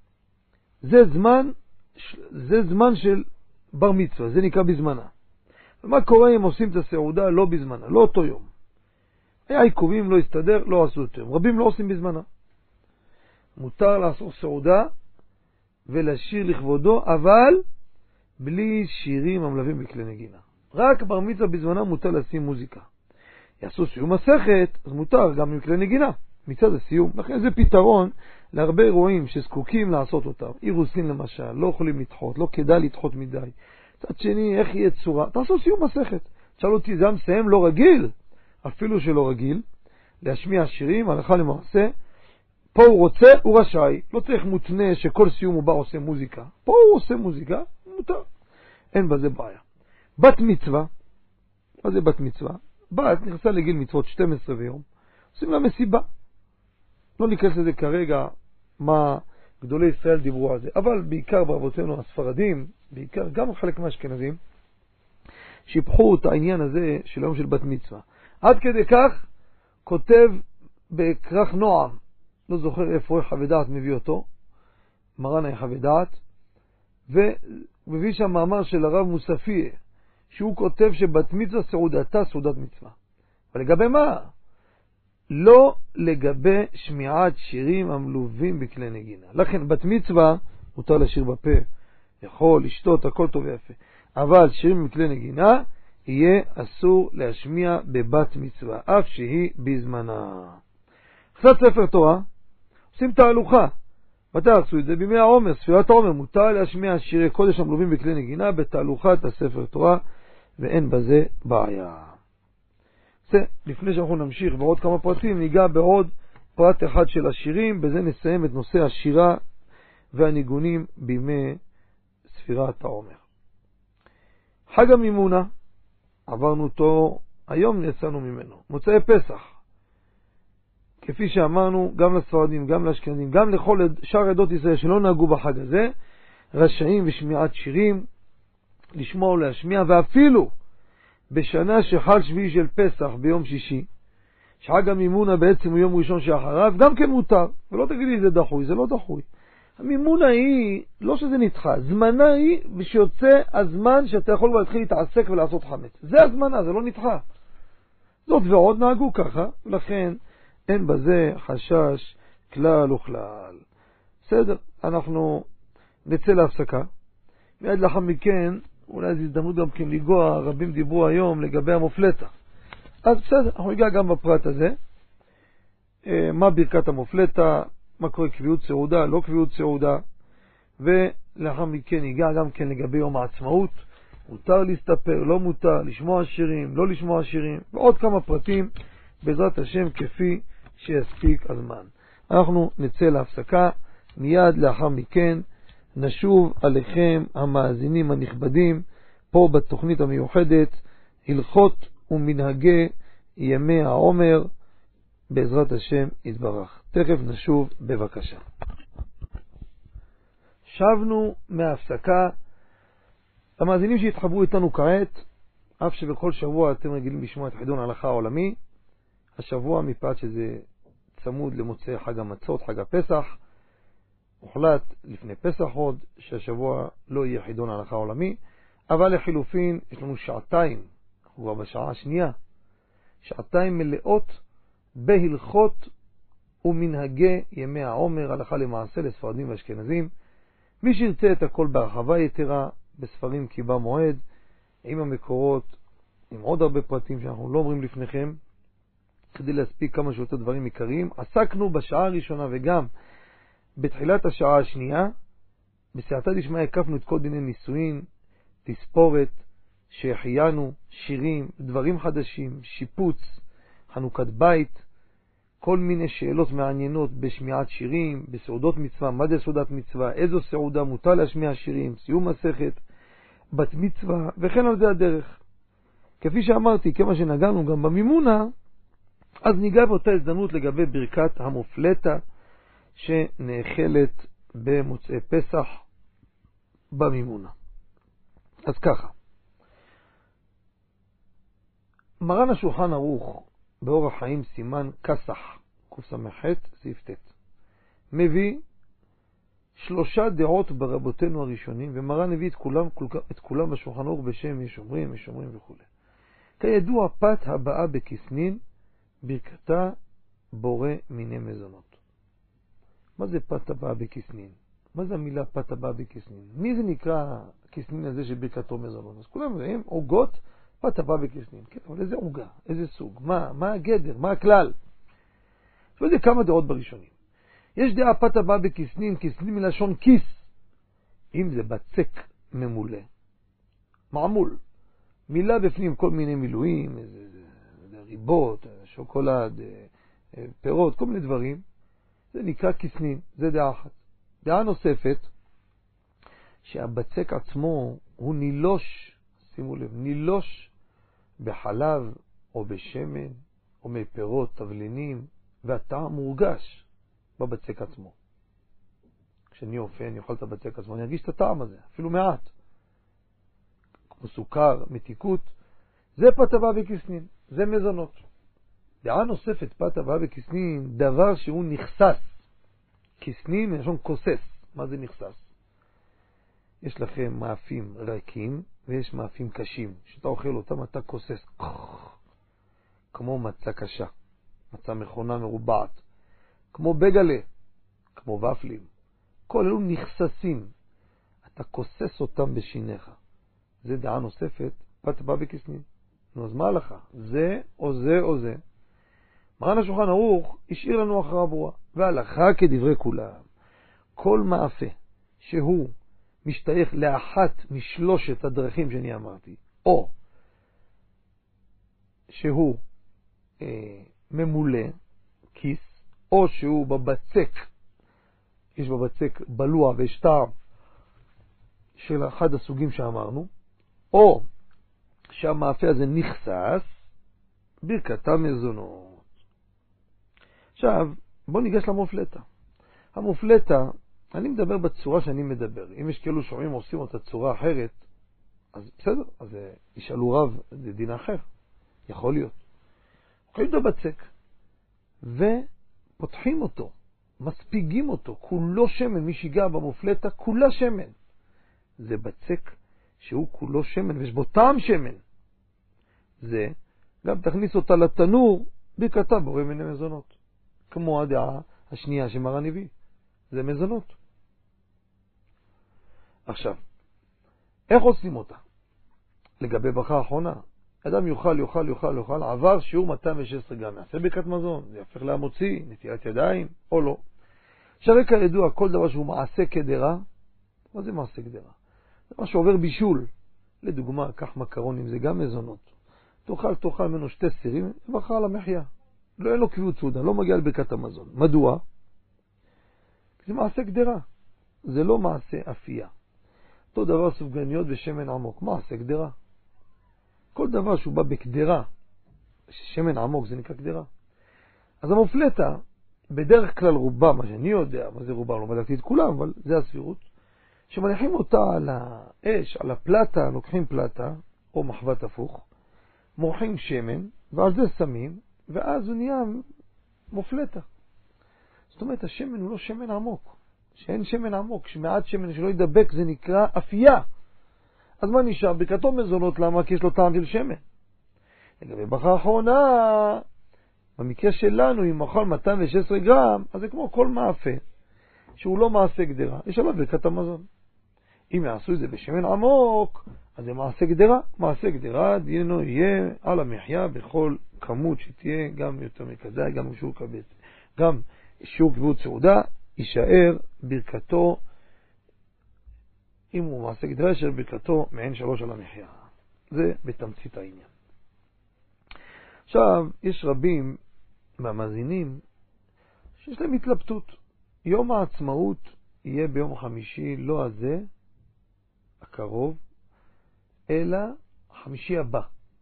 זה זמן, זה זמן של בר מצווה, זה נקרא בזמנה. ומה קורה אם עושים את הסעודה לא בזמנה, לא אותו יום? היה עיכובים, לא הסתדר, לא עשו אותו יום. רבים לא עושים בזמנה. מותר לעשות סעודה ולשיר לכבודו, אבל בלי שירים המלווים בכלי נגינה. רק בר מצווה בזמנה מותר לשים מוזיקה. יעשו סיום מסכת, אז מותר גם עם כלי נגינה. מצד הסיום. לכן זה פתרון להרבה אירועים שזקוקים לעשות אותם. אירוסין למשל, לא יכולים לדחות, לא כדאי לדחות מדי. צד שני, איך יהיה צורה? תעשו סיום מסכת. תשאל אותי, זה מסיים לא רגיל? אפילו שלא רגיל. להשמיע שירים, הלכה למעשה. פה הוא רוצה, הוא רשאי. לא צריך מותנה שכל סיום הוא בא עושה מוזיקה. פה הוא עושה מוזיקה, מותר. אין בזה בעיה. בת מצווה, מה זה בת מצווה? בת נכנסה לגיל מצוות שתים עשרה ויום. עושים לה מסיבה. לא ניכנס לזה כרגע מה גדולי ישראל דיברו על זה. אבל בעיקר באבותינו הספרדים, בעיקר גם חלק מהאשכנזים, שיפחו את העניין הזה של היום של בת מצווה. עד כדי כך כותב בכרך נועם, לא זוכר איפה חווה דעת מביא אותו, מרן היה חווה דעת, ומביא שם מאמר של הרב מוספי, שהוא כותב שבת מצווה סעודתה סעודת מצווה. ולגבי מה? לא לגבי שמיעת שירים המלווים בכלי נגינה. לכן בת מצווה מותר לשיר בפה, יכול לשתות, הכל טוב ויפה. אבל שירים בכלי נגינה יהיה אסור להשמיע בבת מצווה, אף שהיא בזמנה. קצת ספר תורה, עושים תהלוכה. מתי עשו את זה? בימי העומר, ספירת העומר, מותר להשמיע שירי קודש המלווים בכלי נגינה בתהלוכת הספר תורה, ואין בזה בעיה. זה, לפני שאנחנו נמשיך בעוד כמה פרטים, ניגע בעוד פרט אחד של השירים, בזה נסיים את נושא השירה והניגונים בימי ספירת העומר. חג המימונה, עברנו אותו, היום יצאנו ממנו. מוצאי פסח, כפי שאמרנו, גם לספרדים, גם לאשכנזים, גם לכל שאר עדות ישראל שלא נהגו בחג הזה, רשאים ושמיעת שירים, לשמוע ולהשמיע, ואפילו בשנה שחל שביעי של פסח ביום שישי, שחג המימונה בעצם הוא יום ראשון שאחריו, גם כן מותר. ולא תגיד לי זה דחוי, זה לא דחוי. המימונה היא, לא שזה נדחה, זמנה היא ושיוצא הזמן שאתה יכול כבר להתחיל להתעסק ולעשות חמץ. זה הזמנה, זה לא נדחה. זאת ועוד נהגו ככה, ולכן אין בזה חשש כלל וכלל. בסדר, אנחנו נצא להפסקה. מיד לאחר מכן, אולי זו הזדמנות גם כן לגוע, רבים דיברו היום לגבי המופלטה. אז בסדר, אנחנו ניגע גם בפרט הזה. מה ברכת המופלטה, מה קורה קביעות סעודה, לא קביעות סעודה. ולאחר מכן ניגע גם כן לגבי יום העצמאות. מותר להסתפר, לא מותר, לשמוע שירים, לא לשמוע שירים. ועוד כמה פרטים, בעזרת השם, כפי שיספיק הזמן. אנחנו נצא להפסקה, מיד לאחר מכן נשוב עליכם המאזינים הנכבדים פה בתוכנית המיוחדת הלכות ומנהגי ימי העומר, בעזרת השם יתברך. תכף נשוב בבקשה. שבנו מההפסקה. המאזינים שהתחברו איתנו כעת, אף שבכל שבוע אתם רגילים לשמוע את חידון ההלכה העולמי, השבוע מפאת שזה צמוד למוצאי חג המצות, חג הפסח, הוחלט לפני פסח עוד שהשבוע לא יהיה חידון ההלכה העולמי, אבל לחילופין יש לנו שעתיים, אנחנו כבר בשעה השנייה, שעתיים מלאות בהלכות ומנהגי ימי העומר, הלכה למעשה לספרדים ואשכנזים. מי שירצה את הכל בהרחבה יתרה בספרים קיבה מועד, עם המקורות, עם עוד הרבה פרטים שאנחנו לא אומרים לפניכם, כדי להספיק כמה שיותר דברים עיקריים. עסקנו בשעה הראשונה וגם בתחילת השעה השנייה, בסייעתא דשמיא הקפנו את כל דיני נישואין, תספורת, שהחיינו, שירים, דברים חדשים, שיפוץ, חנוכת בית, כל מיני שאלות מעניינות בשמיעת שירים, בסעודות מצווה, מה זה סעודת מצווה, איזו סעודה מותר להשמיע שירים, סיום מסכת, בת מצווה, וכן על זה הדרך. כפי שאמרתי, כמה שנגענו גם במימונה, אז ניגע באותה הזדמנות לגבי ברכת המופלטה, שנאכלת במוצאי פסח במימונה. אז ככה, מרן השולחן ערוך באורח חיים סימן כסח, קס"ח, סעיף ט', מביא שלושה דעות ברבותינו הראשונים, ומרן הביא את כולם, את כולם בשולחן ערוך בשם יש אומרים, יש אומרים וכו'. כידוע, פת הבאה בכסנין, ברכתה בורא מיני מזונות. מה זה פת הבאה בכסנין? מה זה המילה פת הבאה בכסנין? מי זה נקרא כסנין הזה שברכתו מזונות? אז כולם רואים עוגות, פת הבאה בכסנין. כן, אבל איזה עוגה? איזה סוג? מה? מה הגדר? מה הכלל? יש לזה כמה דעות בראשונים. יש דעה פת הבאה בכסנין, כסנין מלשון כיס. אם זה בצק ממולא, מעמול, מילה בפנים כל מיני מילואים, איזה, איזה, איזה ריבות, שוקולד, פירות, כל מיני דברים, זה נקרא כסנין. זה דעה אחת. דעה נוספת, שהבצק עצמו הוא נילוש, שימו לב, נילוש בחלב או בשמן או מפירות, תבלינים, והטעם מורגש בבצק עצמו. כשאני אופה, אני אוכל את הבצק עצמו, אני ארגיש את הטעם הזה, אפילו מעט. כמו סוכר, מתיקות, זה פת הבאה בכסנין, זה מזונות. דעה נוספת, פת הבאה בכסנין, דבר שהוא נכסס. כסנין מלשון כוסס. מה זה נכסס? יש לכם מאפים רכים ויש מאפים קשים. כשאתה אוכל אותם אתה כוסס. כמו מצה קשה, מצה מכונה מרובעת. כמו בגלה, כמו ופלים. כל אלו נכססים. אתה כוסס אותם בשיניך. זה דעה נוספת, פת הבאה בכסנין. נו, אז מה לך? זה או זה או זה. מרן השולחן ערוך השאיר לנו הכרעה ברורה. והלכה כדברי כולם. כל מאפה שהוא משתייך לאחת משלושת הדרכים שאני אמרתי, או שהוא אה, ממולא, כיס, או שהוא בבצק, יש בבצק בלוע ויש טעם של אחד הסוגים שאמרנו, או שהמאפה הזה נכסס, ברכתה מזונות. עכשיו, בוא ניגש למופלטה. המופלטה, אני מדבר בצורה שאני מדבר. אם יש כאלו שומעים עושים אותה צורה אחרת, אז בסדר, אז ישאלו רב, זה דין אחר. יכול להיות. אוכלים את הבצק, ופותחים אותו, מספיגים אותו, כולו שמן, מי שיגע במופלטה, כולה שמן. זה בצק שהוא כולו שמן, ויש בו טעם שמן. זה, גם תכניס אותה לתנור, ברכתה בורא מיני מזונות. כמו הדעה השנייה שמרן הביא. זה מזונות. עכשיו, איך עושים אותה? לגבי ברכה האחרונה, אדם יוכל, יוכל, יוכל, יוכל, עבר שיעור מאתיים ושש עשרה גרם. יעשה ברכת מזון, זה יהפך להמוציא, נטילת ידיים, או לא. שהרי כידוע, כל דבר שהוא מעשה כדרה, מה זה מעשה כדרה? זה מה שעובר בישול. לדוגמה, כך מקרונים, זה גם מזונות. תאכל, תאכל ממנו שתי סירים, זה ברכה על המחיה. לא אין לו קביעות סעודה, לא מגיע לברכת המזון. מדוע? זה מעשה גדרה. זה לא מעשה אפייה. אותו דבר סופגניות ושמן עמוק. מעשה גדרה. כל דבר שהוא בא בקדרה, שמן עמוק זה נקרא קדרה. אז המופלטה, בדרך כלל רובה, מה שאני יודע, מה זה רובה, לא בדקתי את כולם, אבל זה הסבירות, שמניחים אותה על האש, על הפלטה, לוקחים פלטה, או מחבת הפוך, מורחים שמן, ועל זה שמים, ואז הוא נהיה מופלטה. זאת אומרת, השמן הוא לא שמן עמוק. שאין שמן עמוק, שמעט שמן שלא ידבק, זה נקרא אפייה. אז מה נשאר? ברכתו מזונות, למה? כי יש לו טעם של שמן. לגבי ברכה האחרונה, במקרה שלנו, אם אוכל מאתיים ושש עשרה גרם, אז זה כמו כל מאפה, שהוא לא מעשה גדרה, יש עליו ברכת המזון. אם יעשו את זה בשמן עמוק, אז זה מעשה גדרה. מעשה גדרה, דיינו יהיה על המחיה בכל כמות שתהיה, גם יותר מכזה, גם בשיעור כבד. גם שיעור כבוד סעודה, יישאר ברכתו, אם הוא מעשה גדרה, יישאר ברכתו מעין שלוש על המחיה. זה בתמצית העניין. עכשיו, יש רבים מהמאזינים שיש להם התלבטות. יום העצמאות יהיה ביום חמישי, לא הזה, הקרוב, אלא חמישי הבא.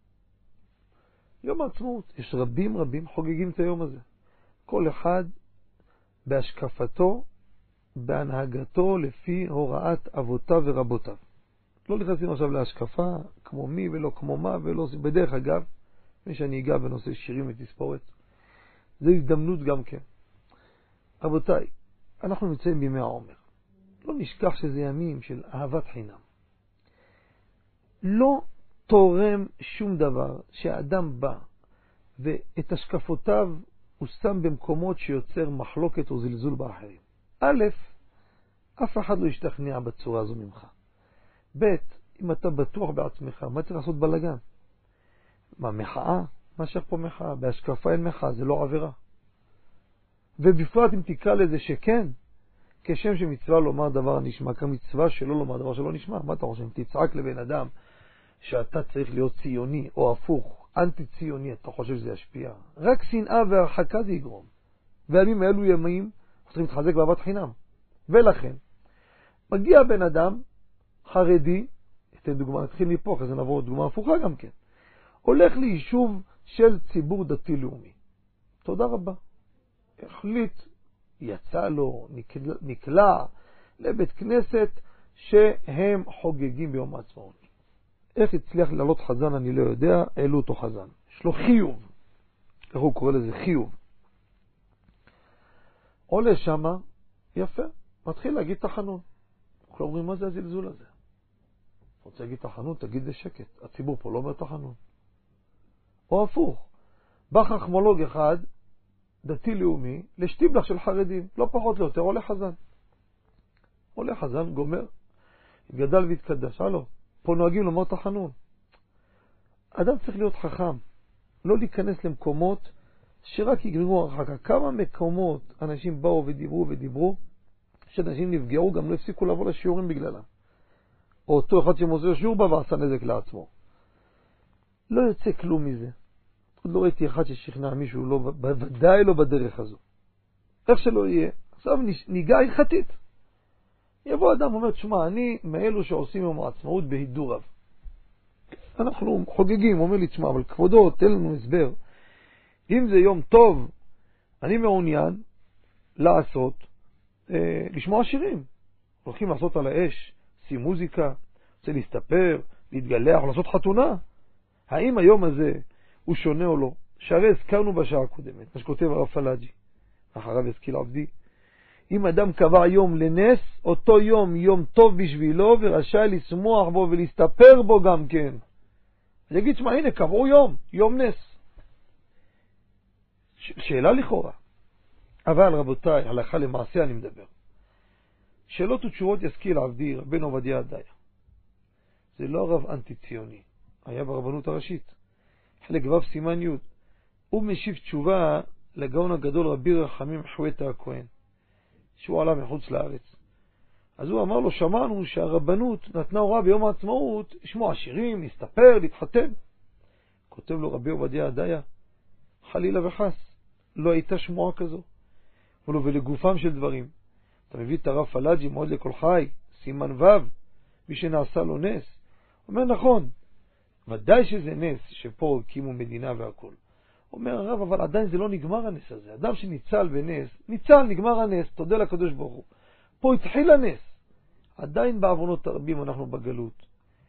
יום העצמאות, יש רבים רבים חוגגים את היום הזה. כל אחד בהשקפתו, בהנהגתו, לפי הוראת אבותיו ורבותיו. לא נכנסים עכשיו להשקפה, כמו מי ולא כמו מה, ולא בדרך אגב, מי שאני אגע בנושא שירים ותספורת. זו הזדמנות גם כן. רבותיי, אנחנו נמצאים בימי העומר. לא נשכח שזה ימים של אהבת חינם. לא תורם שום דבר שהאדם בא ואת השקפותיו הוא שם במקומות שיוצר מחלוקת או זלזול באחרים. א', אף אחד לא ישתכנע בצורה הזו ממך. ב', אם אתה בטוח בעצמך, מה צריך לעשות בלגן? מה, מחאה? מה שייך פה מחאה? בהשקפה אין מחאה, זה לא עבירה. ובפרט אם תקרא לזה שכן, כשם שמצווה לומר דבר נשמע, כמצווה שלא לומר דבר שלא נשמע. מה אתה חושב? תצעק לבן אדם שאתה צריך להיות ציוני, או הפוך, אנטי ציוני, אתה חושב שזה ישפיע? רק שנאה והרחקה זה יגרום. וימים אלו ימים, אנחנו צריכים להתחזק באהבת חינם. ולכן, מגיע בן אדם חרדי, אתן דוגמה, נתחיל מפה, אחרי זה נעבור דוגמה הפוכה גם כן. הולך ליישוב של ציבור דתי לאומי. תודה רבה. החליט, יצא לו, נקלע, נקלע לבית כנסת שהם חוגגים ביום העצמאות. איך הצליח לעלות חזן אני לא יודע, העלו אותו חזן. יש לו חיוב. איך הוא קורא לזה? חיוב. עולה שמה, יפה, מתחיל להגיד תחנון. אנחנו אומרים, מה זה הזלזול הזה? רוצה להגיד תחנון, תגיד בשקט. הציבור פה לא אומר תחנון. או הפוך, בא חכמולוג אחד, דתי לאומי, לשטיבלח של חרדים, לא פחות לא יותר, עולה חזן. עולה חזן, גומר, גדל והתקדש, הלו, פה נוהגים לומר תחנון. אדם צריך להיות חכם, לא להיכנס למקומות שרק יגרמו הרחקה. כמה מקומות אנשים באו ודיברו ודיברו, שאנשים נפגעו, גם לא הפסיקו לבוא לשיעורים בגללם. או אותו אחד שמוזר שיעור בה ועשה נזק לעצמו. לא יוצא כלום מזה. עוד לא ראיתי אחד ששכנע מישהו, לא, בוודאי לא בדרך הזו. איך שלא יהיה. עכשיו ניגע הלכתית. יבוא אדם ואומר, תשמע, אני מאלו שעושים יום העצמאות בהידור רב. אנחנו חוגגים, אומר לי, תשמע, אבל כבודו, תן לנו הסבר. אם זה יום טוב, אני מעוניין לעשות, אה, לשמוע שירים. הולכים לעשות על האש, שים מוזיקה, רוצה להסתפר, להתגלח, לעשות חתונה. האם היום הזה הוא שונה או לא? שהרי הזכרנו בשעה הקודמת, מה שכותב הרב פלאג'י, אחריו הזכיר עבדי. אם אדם קבע יום לנס, אותו יום יום טוב בשבילו, ורשאי לשמוח בו ולהסתפר בו גם כן. אז יגיד, שמה, הנה, קבעו יום, יום נס. ש- שאלה לכאורה. אבל רבותיי, הלכה למעשה אני מדבר. שאלות ותשובות יזכיר עבדי רבנו עובדיה הדיה. זה לא הרב אנטי ציוני, היה ברבנות הראשית. חלק ו' סימן י'. הוא משיב תשובה לגאון הגדול רבי רחמים חוויטה הכהן, שהוא עלה מחוץ לארץ. אז הוא אמר לו, שמענו שהרבנות נתנה הוראה ביום העצמאות לשמוע שירים, להסתפר, להתחתן. כותב לו רבי עובדיה הדיה, חלילה וחס, לא הייתה שמועה כזו. ולו ולגופם של דברים. אתה מביא את הרב פלאג'י, מאוד לכל חי, סימן ו', מי שנעשה לו נס. אומר נכון, ודאי שזה נס שפה הקימו מדינה והכל. אומר הרב, אבל עדיין זה לא נגמר הנס הזה. אדם שניצל בנס, ניצל, נגמר הנס, תודה לקדוש ברוך הוא. פה התחיל הנס. עדיין בעוונות הרבים אנחנו בגלות.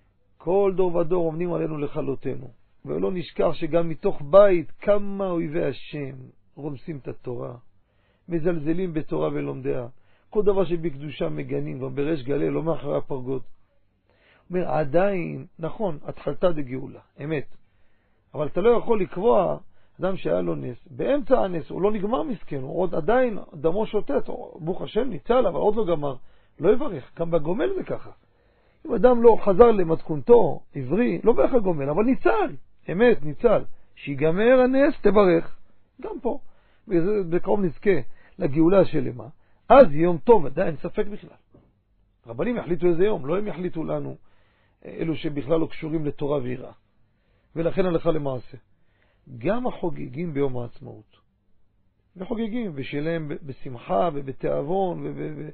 כל דור ודור עומדים עלינו לכלותנו. ולא נשכח שגם מתוך בית כמה אויבי השם רומסים את התורה, מזלזלים בתורה ולומדיה. כל דבר שבקדושה מגנים, גם בריש גלי, לא מאחורי הפרגוד. אומר, עדיין, נכון, התחלתה דגאולה, אמת. אבל אתה לא יכול לקבוע אדם שהיה לו נס. באמצע הנס הוא לא נגמר מסכן, הוא עוד עדיין דמו שוטט, ברוך השם ניצל, אבל עוד לא גמר. לא יברך, גם בגומל זה ככה. אם אדם לא חזר למתכונתו, עברי, לא ברך הגומל, אבל ניצל, אמת, ניצל. שיגמר הנס, תברך. גם פה. בקרוב נזכה לגאולה השלמה. אז יום טוב, עדיין ספק בכלל. רבנים יחליטו איזה יום, לא הם יחליטו לנו, אלו שבכלל לא קשורים לתורה ויראה. ולכן הלכה למעשה. גם החוגגים ביום העצמאות. וחוגגים, ושלהם בשמחה ובתיאבון,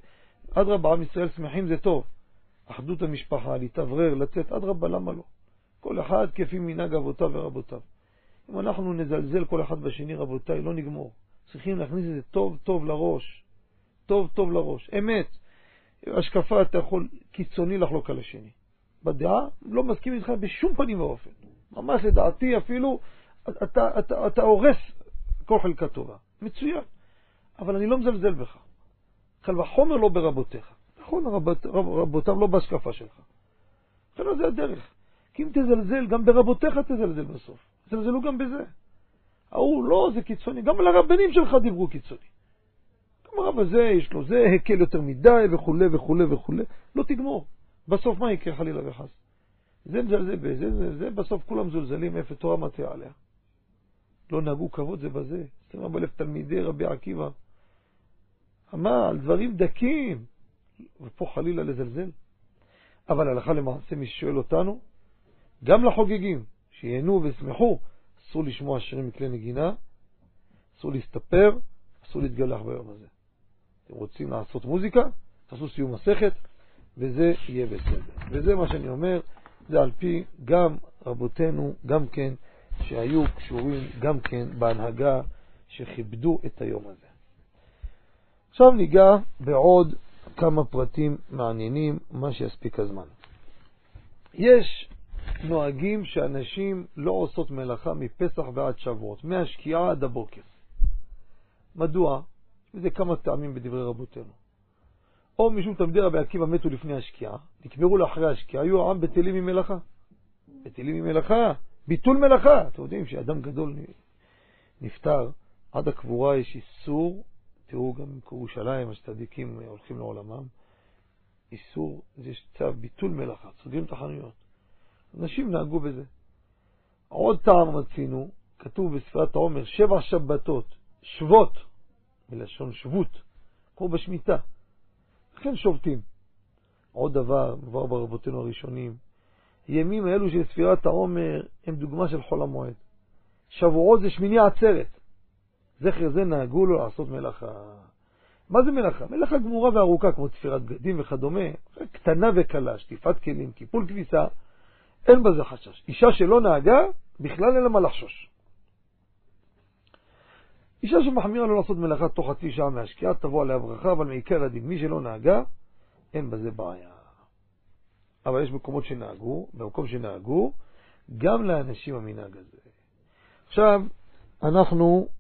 עד רבה, עם ישראל שמחים זה טוב. אחדות המשפחה, להתאוורר, לצאת, עד רבה, למה לא? כל אחד כפי מנהג אבותיו ורבותיו. אם אנחנו נזלזל כל אחד בשני, רבותיי, לא נגמור. צריכים להכניס את זה טוב טוב לראש. טוב טוב לראש. אמת. השקפה אתה יכול קיצוני לחלוק על השני. בדעה לא מסכים איתך בשום פנים ואופן. ממש לדעתי אפילו אתה, אתה, אתה, אתה הורס כל חלקה טובה. מצוין. אבל אני לא מזלזל בך. קל וחומר לא ברבותיך. נכון, רבות, רב, רבותיו לא בהשקפה שלך. לכן זה הדרך. כי אם תזלזל, גם ברבותיך תזלזל בסוף. תזלזלו גם בזה. ההוא לא, זה קיצוני. גם על הרבנים שלך דיברו קיצוני. גם הרב הזה, יש לו זה, הקל יותר מדי וכו' וכו' וכו'. לא תגמור. בסוף מה יקרה חלילה וחס? זה מזלזל בזה, זה, זה, בסוף כולם זולזלים איפה תורה מטעה עליה. לא נהגו כבוד זה בזה. סתמה בלב תלמידי רבי עקיבא. אמר, על דברים דקים. ופה חלילה לזלזל. אבל הלכה למעשה מי ששואל אותנו, גם לחוגגים, שיהנו ושמחו, אסור לשמוע שירים מכלי נגינה, אסור להסתפר, אסור להתגלח ביום הזה. אתם רוצים לעשות מוזיקה, תעשו סיום מסכת, וזה יהיה בסדר. וזה מה שאני אומר, זה על פי גם רבותינו, גם כן, שהיו קשורים גם כן בהנהגה שכיבדו את היום הזה. עכשיו ניגע בעוד כמה פרטים מעניינים, מה שיספיק הזמן. יש נוהגים שאנשים לא עושות מלאכה מפסח ועד שבועות, מהשקיעה עד הבוקר. מדוע? וזה כמה טעמים בדברי רבותינו. או משום תלמידי רבי עקיבא מתו לפני השקיעה, נקברו לאחרי השקיעה, היו העם בטלים ממלאכה. בטלים ממלאכה, ביטול מלאכה. אתם יודעים שאדם גדול נפטר, עד הקבורה יש איסור, תראו גם בירושלים, הצדיקים הולכים לעולמם, איסור, יש צו ביטול מלאכה, סוגרים את החנויות. אנשים נהגו בזה. עוד טעם מצינו, כתוב בספרת העומר, שבע שבתות, שבות, מלשון שבות, כמו בשמיטה. לכן שובתים. עוד דבר, כבר ברבותינו הראשונים, ימים האלו של ספירת העומר הם דוגמה של חול המועד. שבועות זה שמיני עצרת. זכר זה נהגו לו לעשות מלאכה. מה זה מלאכה? מלאכה גמורה וארוכה, כמו תפירת בגדים וכדומה, קטנה וקלה, שטיפת כלים, קיפול כביסה, אין בזה חשש. אישה שלא נהגה, בכלל אין לה מה לחשוש. אישה שמחמירה לא לעשות מלאכה תוך חצי שעה מהשקיעה, תבוא עליה ברכה, אבל מעיקר הדין, מי שלא נהגה, אין בזה בעיה. אבל יש מקומות שנהגו, במקום שנהגו, גם לאנשים המנהג הזה. עכשיו, אנחנו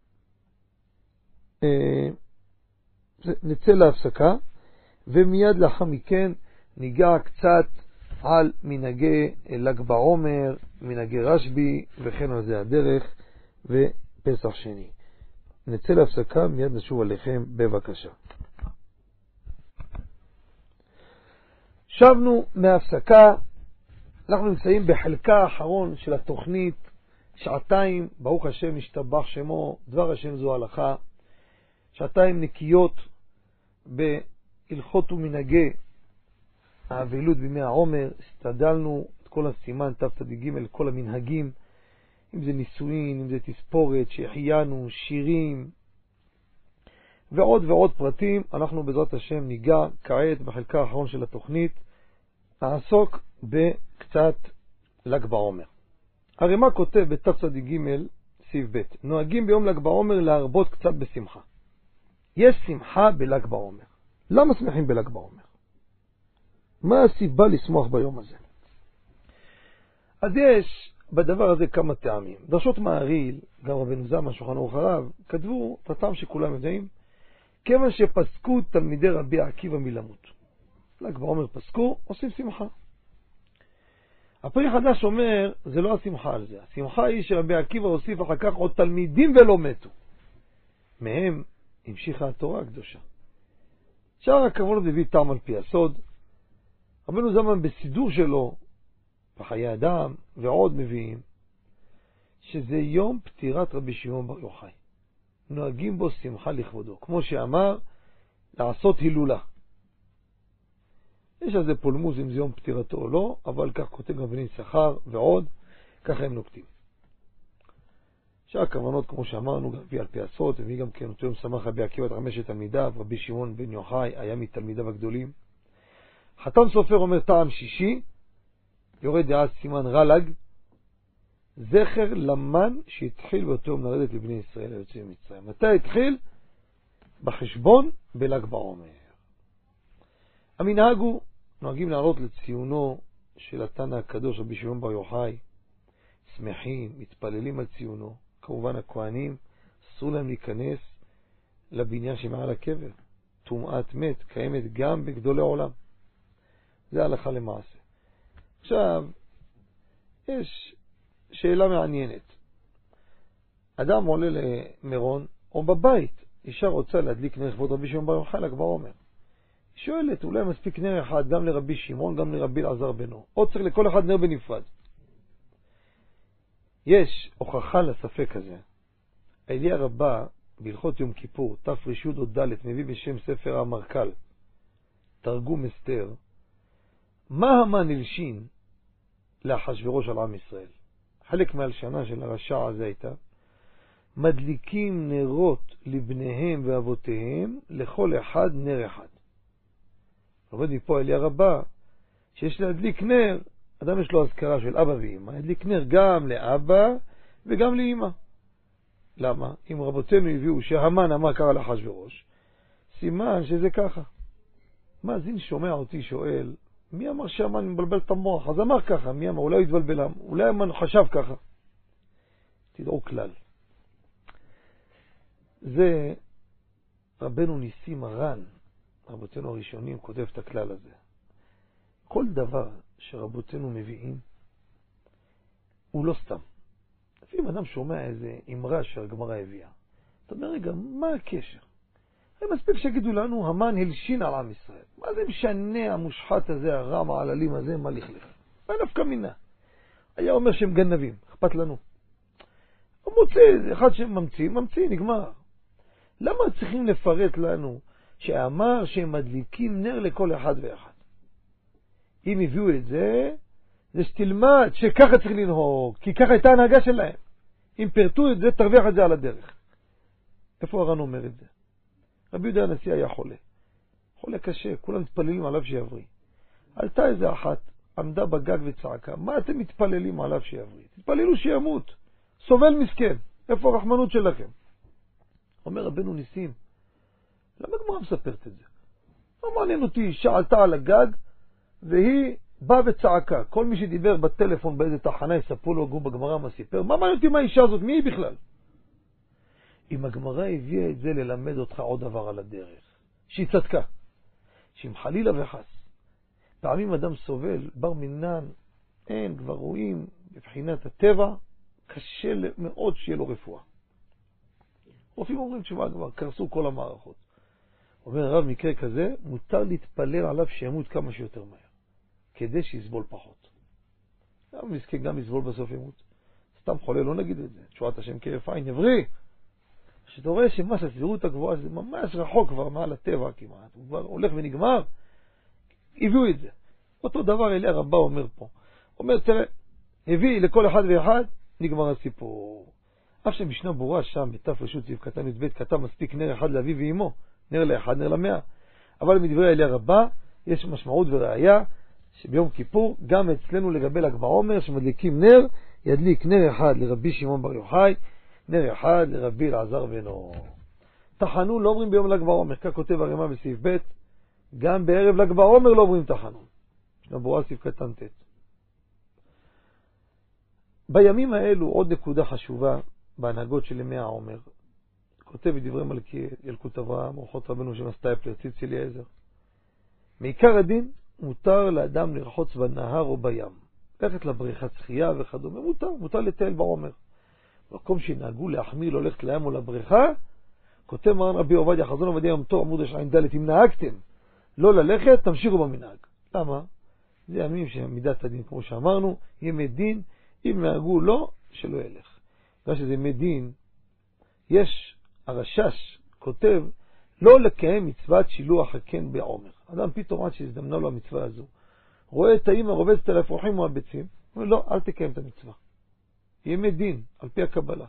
אה, נצא להפסקה, ומיד לאחר מכן ניגע קצת על מנהגי ל"ג בעומר, מנהגי רשב"י, וכן על זה הדרך, ופסח שני. נצא להפסקה, מיד נשוב עליכם, בבקשה. שבנו מההפסקה, אנחנו נמצאים בחלקה האחרון של התוכנית, שעתיים, ברוך השם נשתבח שמו, דבר השם זו הלכה, שעתיים נקיות בהלכות ומנהגי האבלות בימי העומר, הסתדלנו את כל הסימן, תצ"ג, כל המנהגים, אם זה נישואין, אם זה תספורת, שהחיינו, שירים, ועוד ועוד פרטים. אנחנו בעזרת השם ניגע כעת בחלקה האחרון של התוכנית, נעסוק בקצת ל"ג בעומר. הרמ"א כותב בתצ"ג, סעיף ב', נוהגים ביום ל"ג בעומר להרבות קצת בשמחה. יש שמחה בל"ג בעומר. למה שמחים בל"ג בעומר? מה הסיבה לשמוח ביום הזה? אז יש בדבר הזה כמה טעמים. דרשות מהרי"ל, גם רבנו זלמן שולחן ערוך הרב, כתבו את הטעם שכולם יודעים, כיוון שפסקו תלמידי רבי עקיבא מלמות. ל"ג בעומר פסקו, עושים שמחה. הפרי חדש אומר, זה לא השמחה על זה. השמחה היא שרבי עקיבא הוסיף אחר כך עוד תלמידים ולא מתו. מהם המשיכה התורה הקדושה. שאר הכבוד הביא טעם על פי הסוד. רבנו זלמן בסידור שלו, בחיי אדם ועוד מביאים, שזה יום פטירת רבי שמעון בר יוחאי. נוהגים בו שמחה לכבודו. כמו שאמר, לעשות הילולה. יש על זה פולמוס אם זה יום פטירתו או לא, אבל כך כותב רבי יששכר ועוד, ככה הם נוקטים. שאר כוונות, כמו שאמרנו, גם על פי הסוד, ומי גם כן אותו יום שמח רבי עקיבא את חמשת תלמידיו, רבי שמעון בן יוחאי היה מתלמידיו הגדולים. חתם סופר אומר טעם שישי, יורד דעת סימן רל"ג, זכר למן שהתחיל באותו יום לרדת לבני ישראל היוצאים ממצרים. מתי התחיל? בחשבון בל"ג בעומר. המנהג הוא, נוהגים לעלות לציונו של התנא הקדוש רבי שמעון בר יוחאי, שמחים, מתפללים על ציונו. כמובן הכהנים אסור להם להיכנס לבניין שמעל הקבר. טומאת מת קיימת גם בגדולי עולם. זה הלכה למעשה. עכשיו, יש שאלה מעניינת. אדם עולה למירון, או בבית, אישה רוצה להדליק נר לכבוד רבי שמעון בר יוחאי ל"ג בעומר. שואלת, אולי מספיק נר אחד גם לרבי שמעון, גם לרבי אלעזר בנו, או צריך לכל אחד נר בנפרד? יש הוכחה לספק הזה. אליה רבה בהלכות יום כיפור, תר"י עוד ד', מביא בשם ספר המרקל, תרגום אסתר, מה המן הלשין לאחשוורוש על עם ישראל? חלק מהלשנה של הרשע הזה הייתה, מדליקים נרות לבניהם ואבותיהם, לכל אחד נר אחד. עובד מפה אליה רבה, שיש להדליק נר, אדם יש לו הזכרה של אבא ואמא, להדליק נר גם לאבא וגם לאמא. למה? אם רבותינו הביאו שהמן אמר קרא לאחשוורוש, סימן שזה ככה. מאזין שומע אותי שואל, מי אמר שהמן מבלבל את המוח? אז אמר ככה, מי אמר? אולי יתבלבל, אולי המן חשב ככה. תדעו כלל. זה רבנו ניסים מרן, רבותינו הראשונים, כותב את הכלל הזה. כל דבר שרבותינו מביאים, הוא לא סתם. לפעמים אדם שומע איזה אמרה שהגמרא הביאה. אתה אומר, רגע, מה הקשר? הם מספיק שיגידו לנו, המן הלשין על עם ישראל. מה זה משנה המושחת הזה, הרע מעללים הזה, מה לכלך? מה נפקא מינה? היה אומר שהם גנבים, אכפת לנו. הוא מוצא, אחד שממציא, ממציא, נגמר. למה צריכים לפרט לנו שאמר שהם מדליקים נר לכל אחד ואחד? אם הביאו את זה, זה שתלמד שככה צריך לנהוג, כי ככה הייתה ההנהגה שלהם. אם פרטו את זה, תרוויח את זה על הדרך. איפה הר"ן אומר את זה? רבי יהודה הנשיא היה חולה. חולה קשה, כולם מתפללים עליו שיבריא. עלתה איזה אחת, עמדה בגג וצעקה, מה אתם מתפללים עליו שיבריא? תתפללו שימות, סובל מסכן, איפה הרחמנות שלכם? אומר רבנו ניסים, למה גמרא מספרת את זה? לא מעניין אותי, אישה עלתה על הגג, והיא באה וצעקה. כל מי שדיבר בטלפון באיזה תחנה יספרו לו גור בגמרא מה סיפר. מה מעניין אותי מה האישה הזאת? מי היא בכלל? אם הגמרא הביאה את זה ללמד אותך עוד דבר על הדרך, שהיא צדקה. שאם חלילה וחס, פעמים אדם סובל, בר מינן, אין, כבר רואים, בבחינת הטבע, קשה מאוד שיהיה לו רפואה. רופאים אומרים תשובה כבר, קרסו כל המערכות. אומר הרב, מקרה כזה, מותר להתפלל עליו שימות כמה שיותר מהר, כדי שיסבול פחות. גם מסכן, גם יסבול בסוף ימות. סתם חולה, לא נגיד את זה. תשועת השם כרף עין, נבריא. שאתה רואה שמה שהסבירות הגבוהה, זה ממש רחוק כבר מעל הטבע כמעט. הוא כבר הולך ונגמר. הביאו את זה. אותו דבר אליה רבה אומר פה. אומר, תראה, הביא לכל אחד ואחד, נגמר הסיפור. אף שמשנה ברורה שם, בתף רשות סביב קטן י"ב, כתב מספיק נר אחד לאביו ואימו. נר לאחד, נר למאה. אבל מדברי אליה רבה, יש משמעות וראיה, שביום כיפור, גם אצלנו לגבי ל"ג בעומר, שמדליקים נר, ידליק נר אחד לרבי שמעון בר יוחאי, נר אחד לרבי אלעזר בנו. תחנון לא אומרים ביום ל"ג בעומר, כך כותב הרמ"א בסעיף ב', גם בערב ל"ג בעומר לא אומרים תחנון. גם ברורה סעיף קטן ט'. בימים האלו עוד נקודה חשובה בהנהגות של ימי העומר. כותב בדברי מלכי ילקוט אברהם, אורחות רבנו שם סטייפלר, ציץ אליעזר. מעיקר הדין מותר לאדם לרחוץ בנהר או בים. ללכת לבריכת שחייה וכדומה, מותר, מותר לטייל בעומר. במקום שנהגו להחמיר לא ללכת לים או לבריכה, כותב מרן רבי עובדיה חזון עובדיה יום טוב עמוד ע"ד, אם נהגתם לא ללכת, תמשיכו במנהג. למה? זה ימים שמידת הדין, כמו שאמרנו, ימי דין, אם נהגו לא, שלא ילך. בגלל שזה ימי דין, יש הרשש, כותב, לא לקיים מצוות שילוח הקן בעומר. אדם פתאום עד שהזדמנה לו המצווה הזו, רואה את האמא רובצת על האפרוחים או הביצים, אומר לא, אל תקיים את המצווה. ימי דין, על פי הקבלה.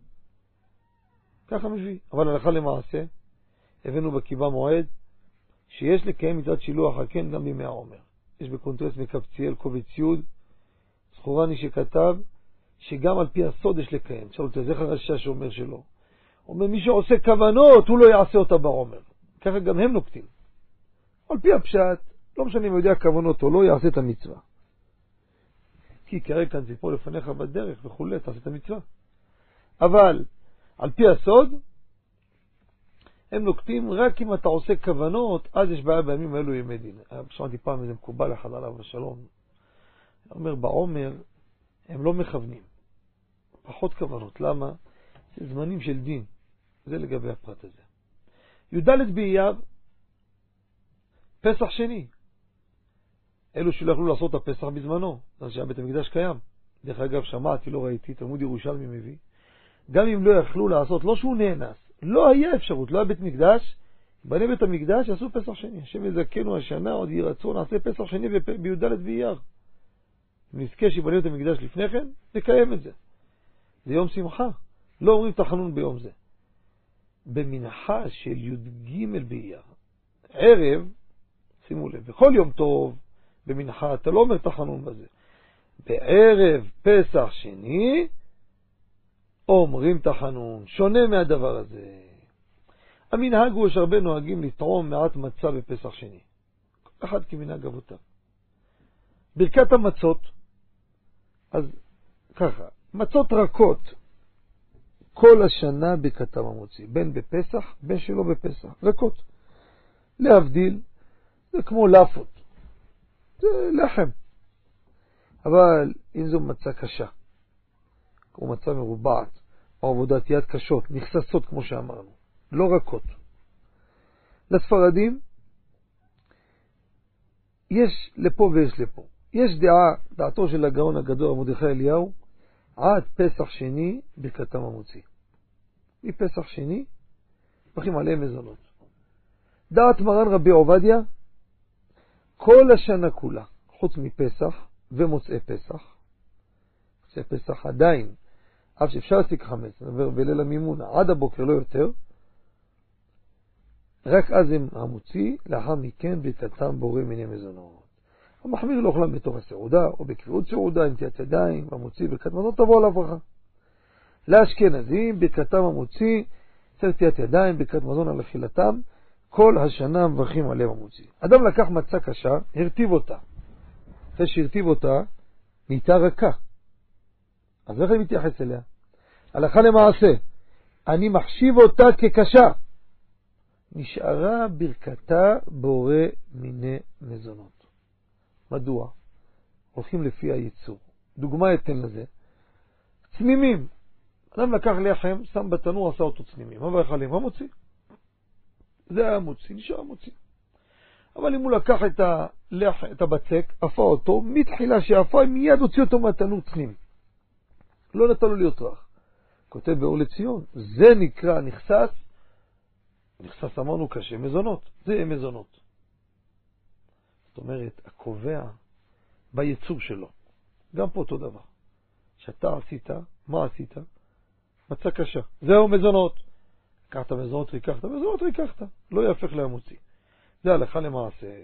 ככה מביא. אבל הלכה למעשה, הבאנו בקיבה מועד, שיש לקיים מצוות שילוח הקן גם בימי העומר. יש בקונטרס מקבציאל קובץ יוד, זכורני שכתב, שגם על פי הסוד יש לקיים. שאלו אותי, זה חרשה שאומר שלא. אומר, מי שעושה כוונות, הוא לא יעשה אותה בעומר. ככה גם הם נוקטים. על פי הפשט, לא משנה אם יודע כוונות או לא, יעשה את המצווה. כי כרגע כאן ציפור לפניך בדרך וכו', תעשה את המצווה. אבל, על פי הסוד, הם נוקטים רק אם אתה עושה כוונות, אז יש בעיה בימים האלו ימי דין. שמעתי פעם איזה מקובל אחד עליו בשלום. אומר, בעומר הם לא מכוונים. פחות כוונות. למה? זה זמנים של דין. זה לגבי הפרט הזה. י"ד באייר, פסח שני. אלו שלא יכלו לעשות את הפסח בזמנו. אז שהיה בית המקדש קיים. דרך אגב, שמעתי, לא ראיתי, תלמוד ירושלמי מביא. גם אם לא יכלו לעשות, לא שהוא נאנס, לא היה אפשרות, לא היה בית מקדש, בני בית המקדש יעשו פסח שני. השם יזכנו השנה, עוד ירצו, נעשה פסח שני בי"ד באייר. נזכה שבני בית המקדש לפני כן, נקיים את זה. זה יום שמחה. לא אומרים תחנון ביום זה. במנחה של י"ג באייר, ערב, שימו לב, בכל יום טוב, במנחה, אתה לא אומר תחנון בזה. בערב פסח שני, אומרים תחנון, שונה מהדבר הזה. המנהג הוא שהרבה נוהגים לתרום מעט מצה בפסח שני. אחד כמנהג אבותיו. ברכת המצות, אז ככה, מצות רכות, כל השנה ברכתם המוציא, בין בפסח, בין שלא בפסח, רכות. להבדיל, זה כמו לפות, זה לחם. אבל אם זו מצה קשה, כמו מצה מרובעת, או עבודת יד קשות, נכססות כמו שאמרנו, לא רכות. לספרדים, יש לפה ויש לפה. יש דעה, דעתו של הגאון הגדול, מרדכי אליהו, עד פסח שני ברכתם המוציא. מפסח שני, מברכים עליהם מזונות. דעת מרן רבי עובדיה, כל השנה כולה, חוץ מפסח ומוצאי פסח, מוצאי פסח עדיין, אף שאפשר להסיק חמץ, נדבר בליל המימונה, עד הבוקר לא יותר, רק אז הם המוציא, לאחר מכן ברכתם בורא מיני מזונות. המחמיר לא אוכלם בתוך הסעודה, או בקביעות סעודה, עם תיית ידיים, המוציא ברכת מזונות תבוא על הברכה. לאשכנזים, ברכתם המוציא, צריך תיית ידיים, ברכת מזון על אכילתם, כל השנה מברכים עליהם המוציא. אדם לקח מצה קשה, הרטיב אותה. אחרי שהרטיב אותה, נהייתה רכה. אז איך אני מתייחס אליה? הלכה למעשה, אני מחשיב אותה כקשה. נשארה ברכתה בורא מיני מזונות. מדוע? הולכים לפי הייצור. דוגמה אתן לזה. צמימים. אדם לקח לחם, שם בתנור, עשה אותו צמימים. מה באכלים? מה מוציא? זה היה מוציא, נשאר מוציא. אבל אם הוא לקח את, הלח, את הבצק, אפה אותו, מתחילה שאפה, מיד הוציא אותו מהתנור צמים. לא נתן לו להיות רך. כותב באור לציון, זה נקרא נכסס, נכסס אמרנו קשה, מזונות. זה מזונות. זאת אומרת, הקובע ביצור שלו. גם פה אותו דבר. שאתה עשית, מה עשית? מצא קשה. זהו מזונות. קחת מזונות, ריקחת, מזונות ריקחת. לא יהפך להמוציא. זה הלכה למעשה.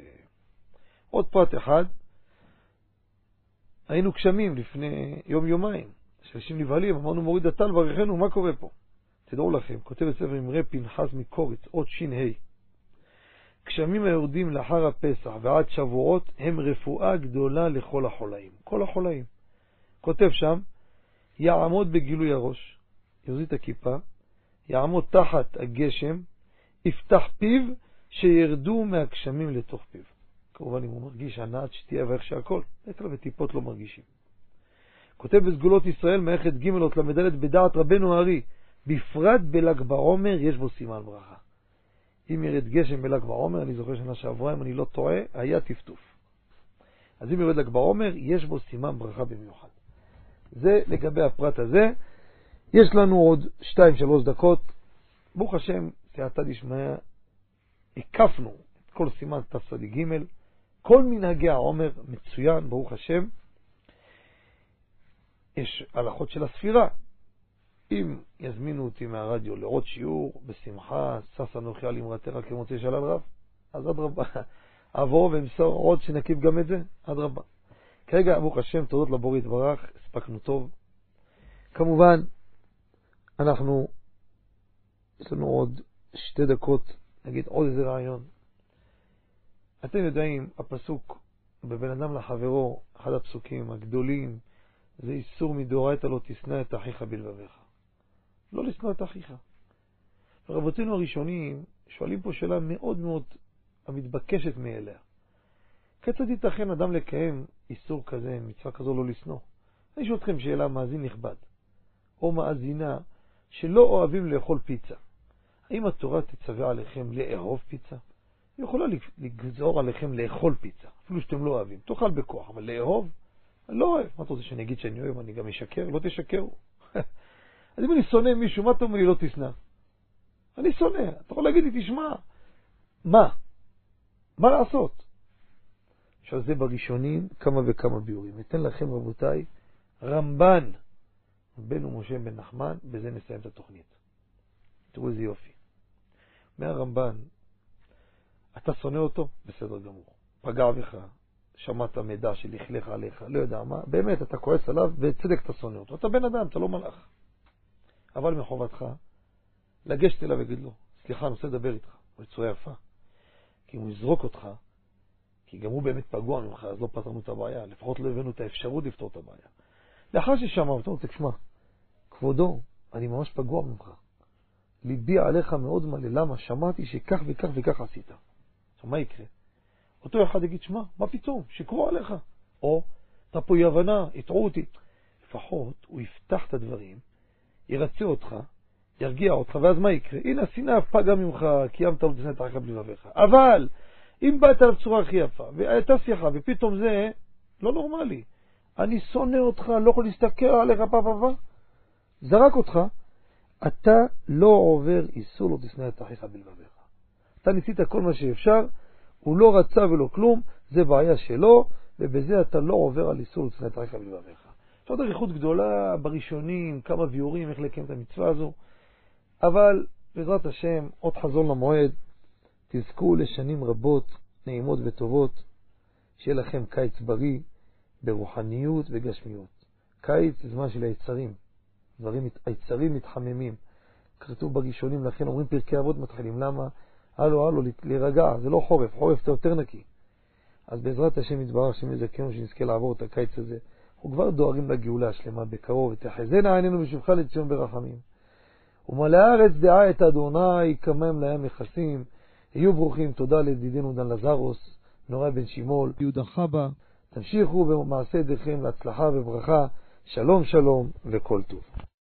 עוד פרט אחד. היינו גשמים לפני יום יומיים. שאנשים נבהלים, אמרנו מוריד הטל ברכנו, מה קורה פה? תדעו לכם, כותב בספר אמרי פנחס מקורץ, עוד שין ה', גשמים היורדים לאחר הפסח ועד שבועות הם רפואה גדולה לכל החולאים. כל החולאים. כותב שם, יעמוד בגילוי הראש, יוזיל את הכיפה, יעמוד תחת הגשם, יפתח פיו, שירדו מהגשמים לתוך פיו. כמובן אם הוא מרגיש הנעת שתייה ואיך שהכל, אצלה וטיפות לא מרגישים. כותב בסגולות ישראל, מערכת ג' אות למדלת בדעת רבנו הארי, בפרט בל"ג בעומר יש בו סימן ברכה. אם ירד גשם בל"ג בעומר, אני זוכר שנה שעברה, אם אני לא טועה, היה טפטוף. אז אם ירד ל"ג בעומר, יש בו סימן ברכה במיוחד. זה לגבי הפרט הזה. יש לנו עוד שתיים שלוש דקות. ברוך השם, סייעתא דשמיא, הקפנו את כל סימן תצ"ג, כל מנהגי העומר מצוין, ברוך השם. יש הלכות של הספירה. אם יזמינו אותי מהרדיו לעוד שיעור, בשמחה, שש אנוכי על אמרתך כמוצא שלל רב, אז עד רבה, אבוא ומסור עוד שנקיף גם את זה, עד רבה. כרגע, ברוך השם, תודות לבורא יתברך, הספקנו טוב. כמובן, אנחנו, יש לנו עוד שתי דקות, נגיד עוד איזה רעיון. אתם יודעים, הפסוק בבן אדם לחברו, אחד הפסוקים הגדולים, זה איסור מדאורייתא לא תשנא את אחיך בלבביך. לא לשנוא את אחיך. רבותינו הראשונים שואלים פה שאלה מאוד מאוד המתבקשת מאליה. כיצד ייתכן אדם לקיים איסור כזה, מצווה כזו לא לשנוא? אני שואל אתכם שאלה, מאזין נכבד, או מאזינה שלא אוהבים לאכול פיצה. האם התורה תצווה עליכם לאהוב פיצה? היא יכולה לגזור עליכם לאכול פיצה, אפילו שאתם לא אוהבים. תאכל בכוח, אבל לאהוב? אני לא אוהב. מה אתה רוצה שאני אגיד שאני אוהב? אני גם אשקר? לא תשקרו. אז אם אני שונא מישהו, מה אתה אומר לי לא תשנא? אני שונא. אתה יכול להגיד לי, תשמע, מה? מה לעשות? עכשיו זה בראשונים כמה וכמה ביורים. אתן לכם רבותיי, רמב"ן, בנו משה בן נחמן, בזה נסיים את התוכנית. תראו איזה יופי. מהרמב"ן, אתה שונא אותו? בסדר גמור. פגע בך, שמעת מידע שלכלך עליך, לא יודע מה, באמת אתה כועס עליו, בצדק אתה שונא אותו. אתה בן אדם, אתה לא מלאך. אבל מחובתך, לגשת אליו ויגיד לו, סליחה, אני רוצה לדבר איתך, בצורה יפה. כי אם הוא יזרוק אותך, כי גם הוא באמת פגוע ממך, אז לא פתרנו את הבעיה, לפחות לא הבאנו את האפשרות לפתור את הבעיה. לאחר ששמע, אתה רוצה, תשמע, כבודו, אני ממש פגוע ממך. ליבי עליך מאוד מלא, למה? שמעתי שכך וכך וכך עשית. עכשיו, מה יקרה? אותו אחד יגיד, שמה, מה פתאום? שקרו עליך. או, אתה פה יבנה, יטעו אותי. לפחות הוא יפתח את הדברים, ירצה אותך, ירגיע אותך, ואז מה יקרה? הנה, השנאה פגע ממך, קיימת לא תשנא את אחיך בלבביך. אבל, אם באת על בצורה הכי יפה, והייתה שיחה, ופתאום זה לא נורמלי. אני שונא אותך, לא יכול להסתכל עליך, פה, פה, פה. זרק אותך, אתה לא עובר איסור לא תשנא את אחיך בלבביך. אתה ניסית כל מה שאפשר, הוא לא רצה ולא כלום, זה בעיה שלו, ובזה אתה לא עובר על איסור לא תשנא את אחיך בלבביך. יש עוד אריכות גדולה בראשונים, כמה ביורים, איך לקיים את המצווה הזו, אבל בעזרת השם, עוד חזון למועד, תזכו לשנים רבות, נעימות וטובות, שיהיה לכם קיץ בריא, ברוחניות וגשמיות. קיץ זה זמן של היצרים, דברים, היצרים מתחממים. כתוב בראשונים, לכן אומרים פרקי אבות מתחילים. למה? הלו, הלו, להירגע, זה לא חורף, חורף זה יותר נקי. אז בעזרת השם יתברך שמזכנו שנזכה לעבור את הקיץ הזה. אנחנו כבר דוארים לגאולה השלמה בקרוב, ותחזינה עינינו בשובך לציון ברחמים. ומלא הארץ דעה את אדוני, כמם להם מכסים. יהיו ברוכים, תודה לידידנו דן לזרוס, נורא בן שימול, יהודה חבא. תמשיכו במעשה ידיכם להצלחה וברכה, שלום שלום וכל טוב.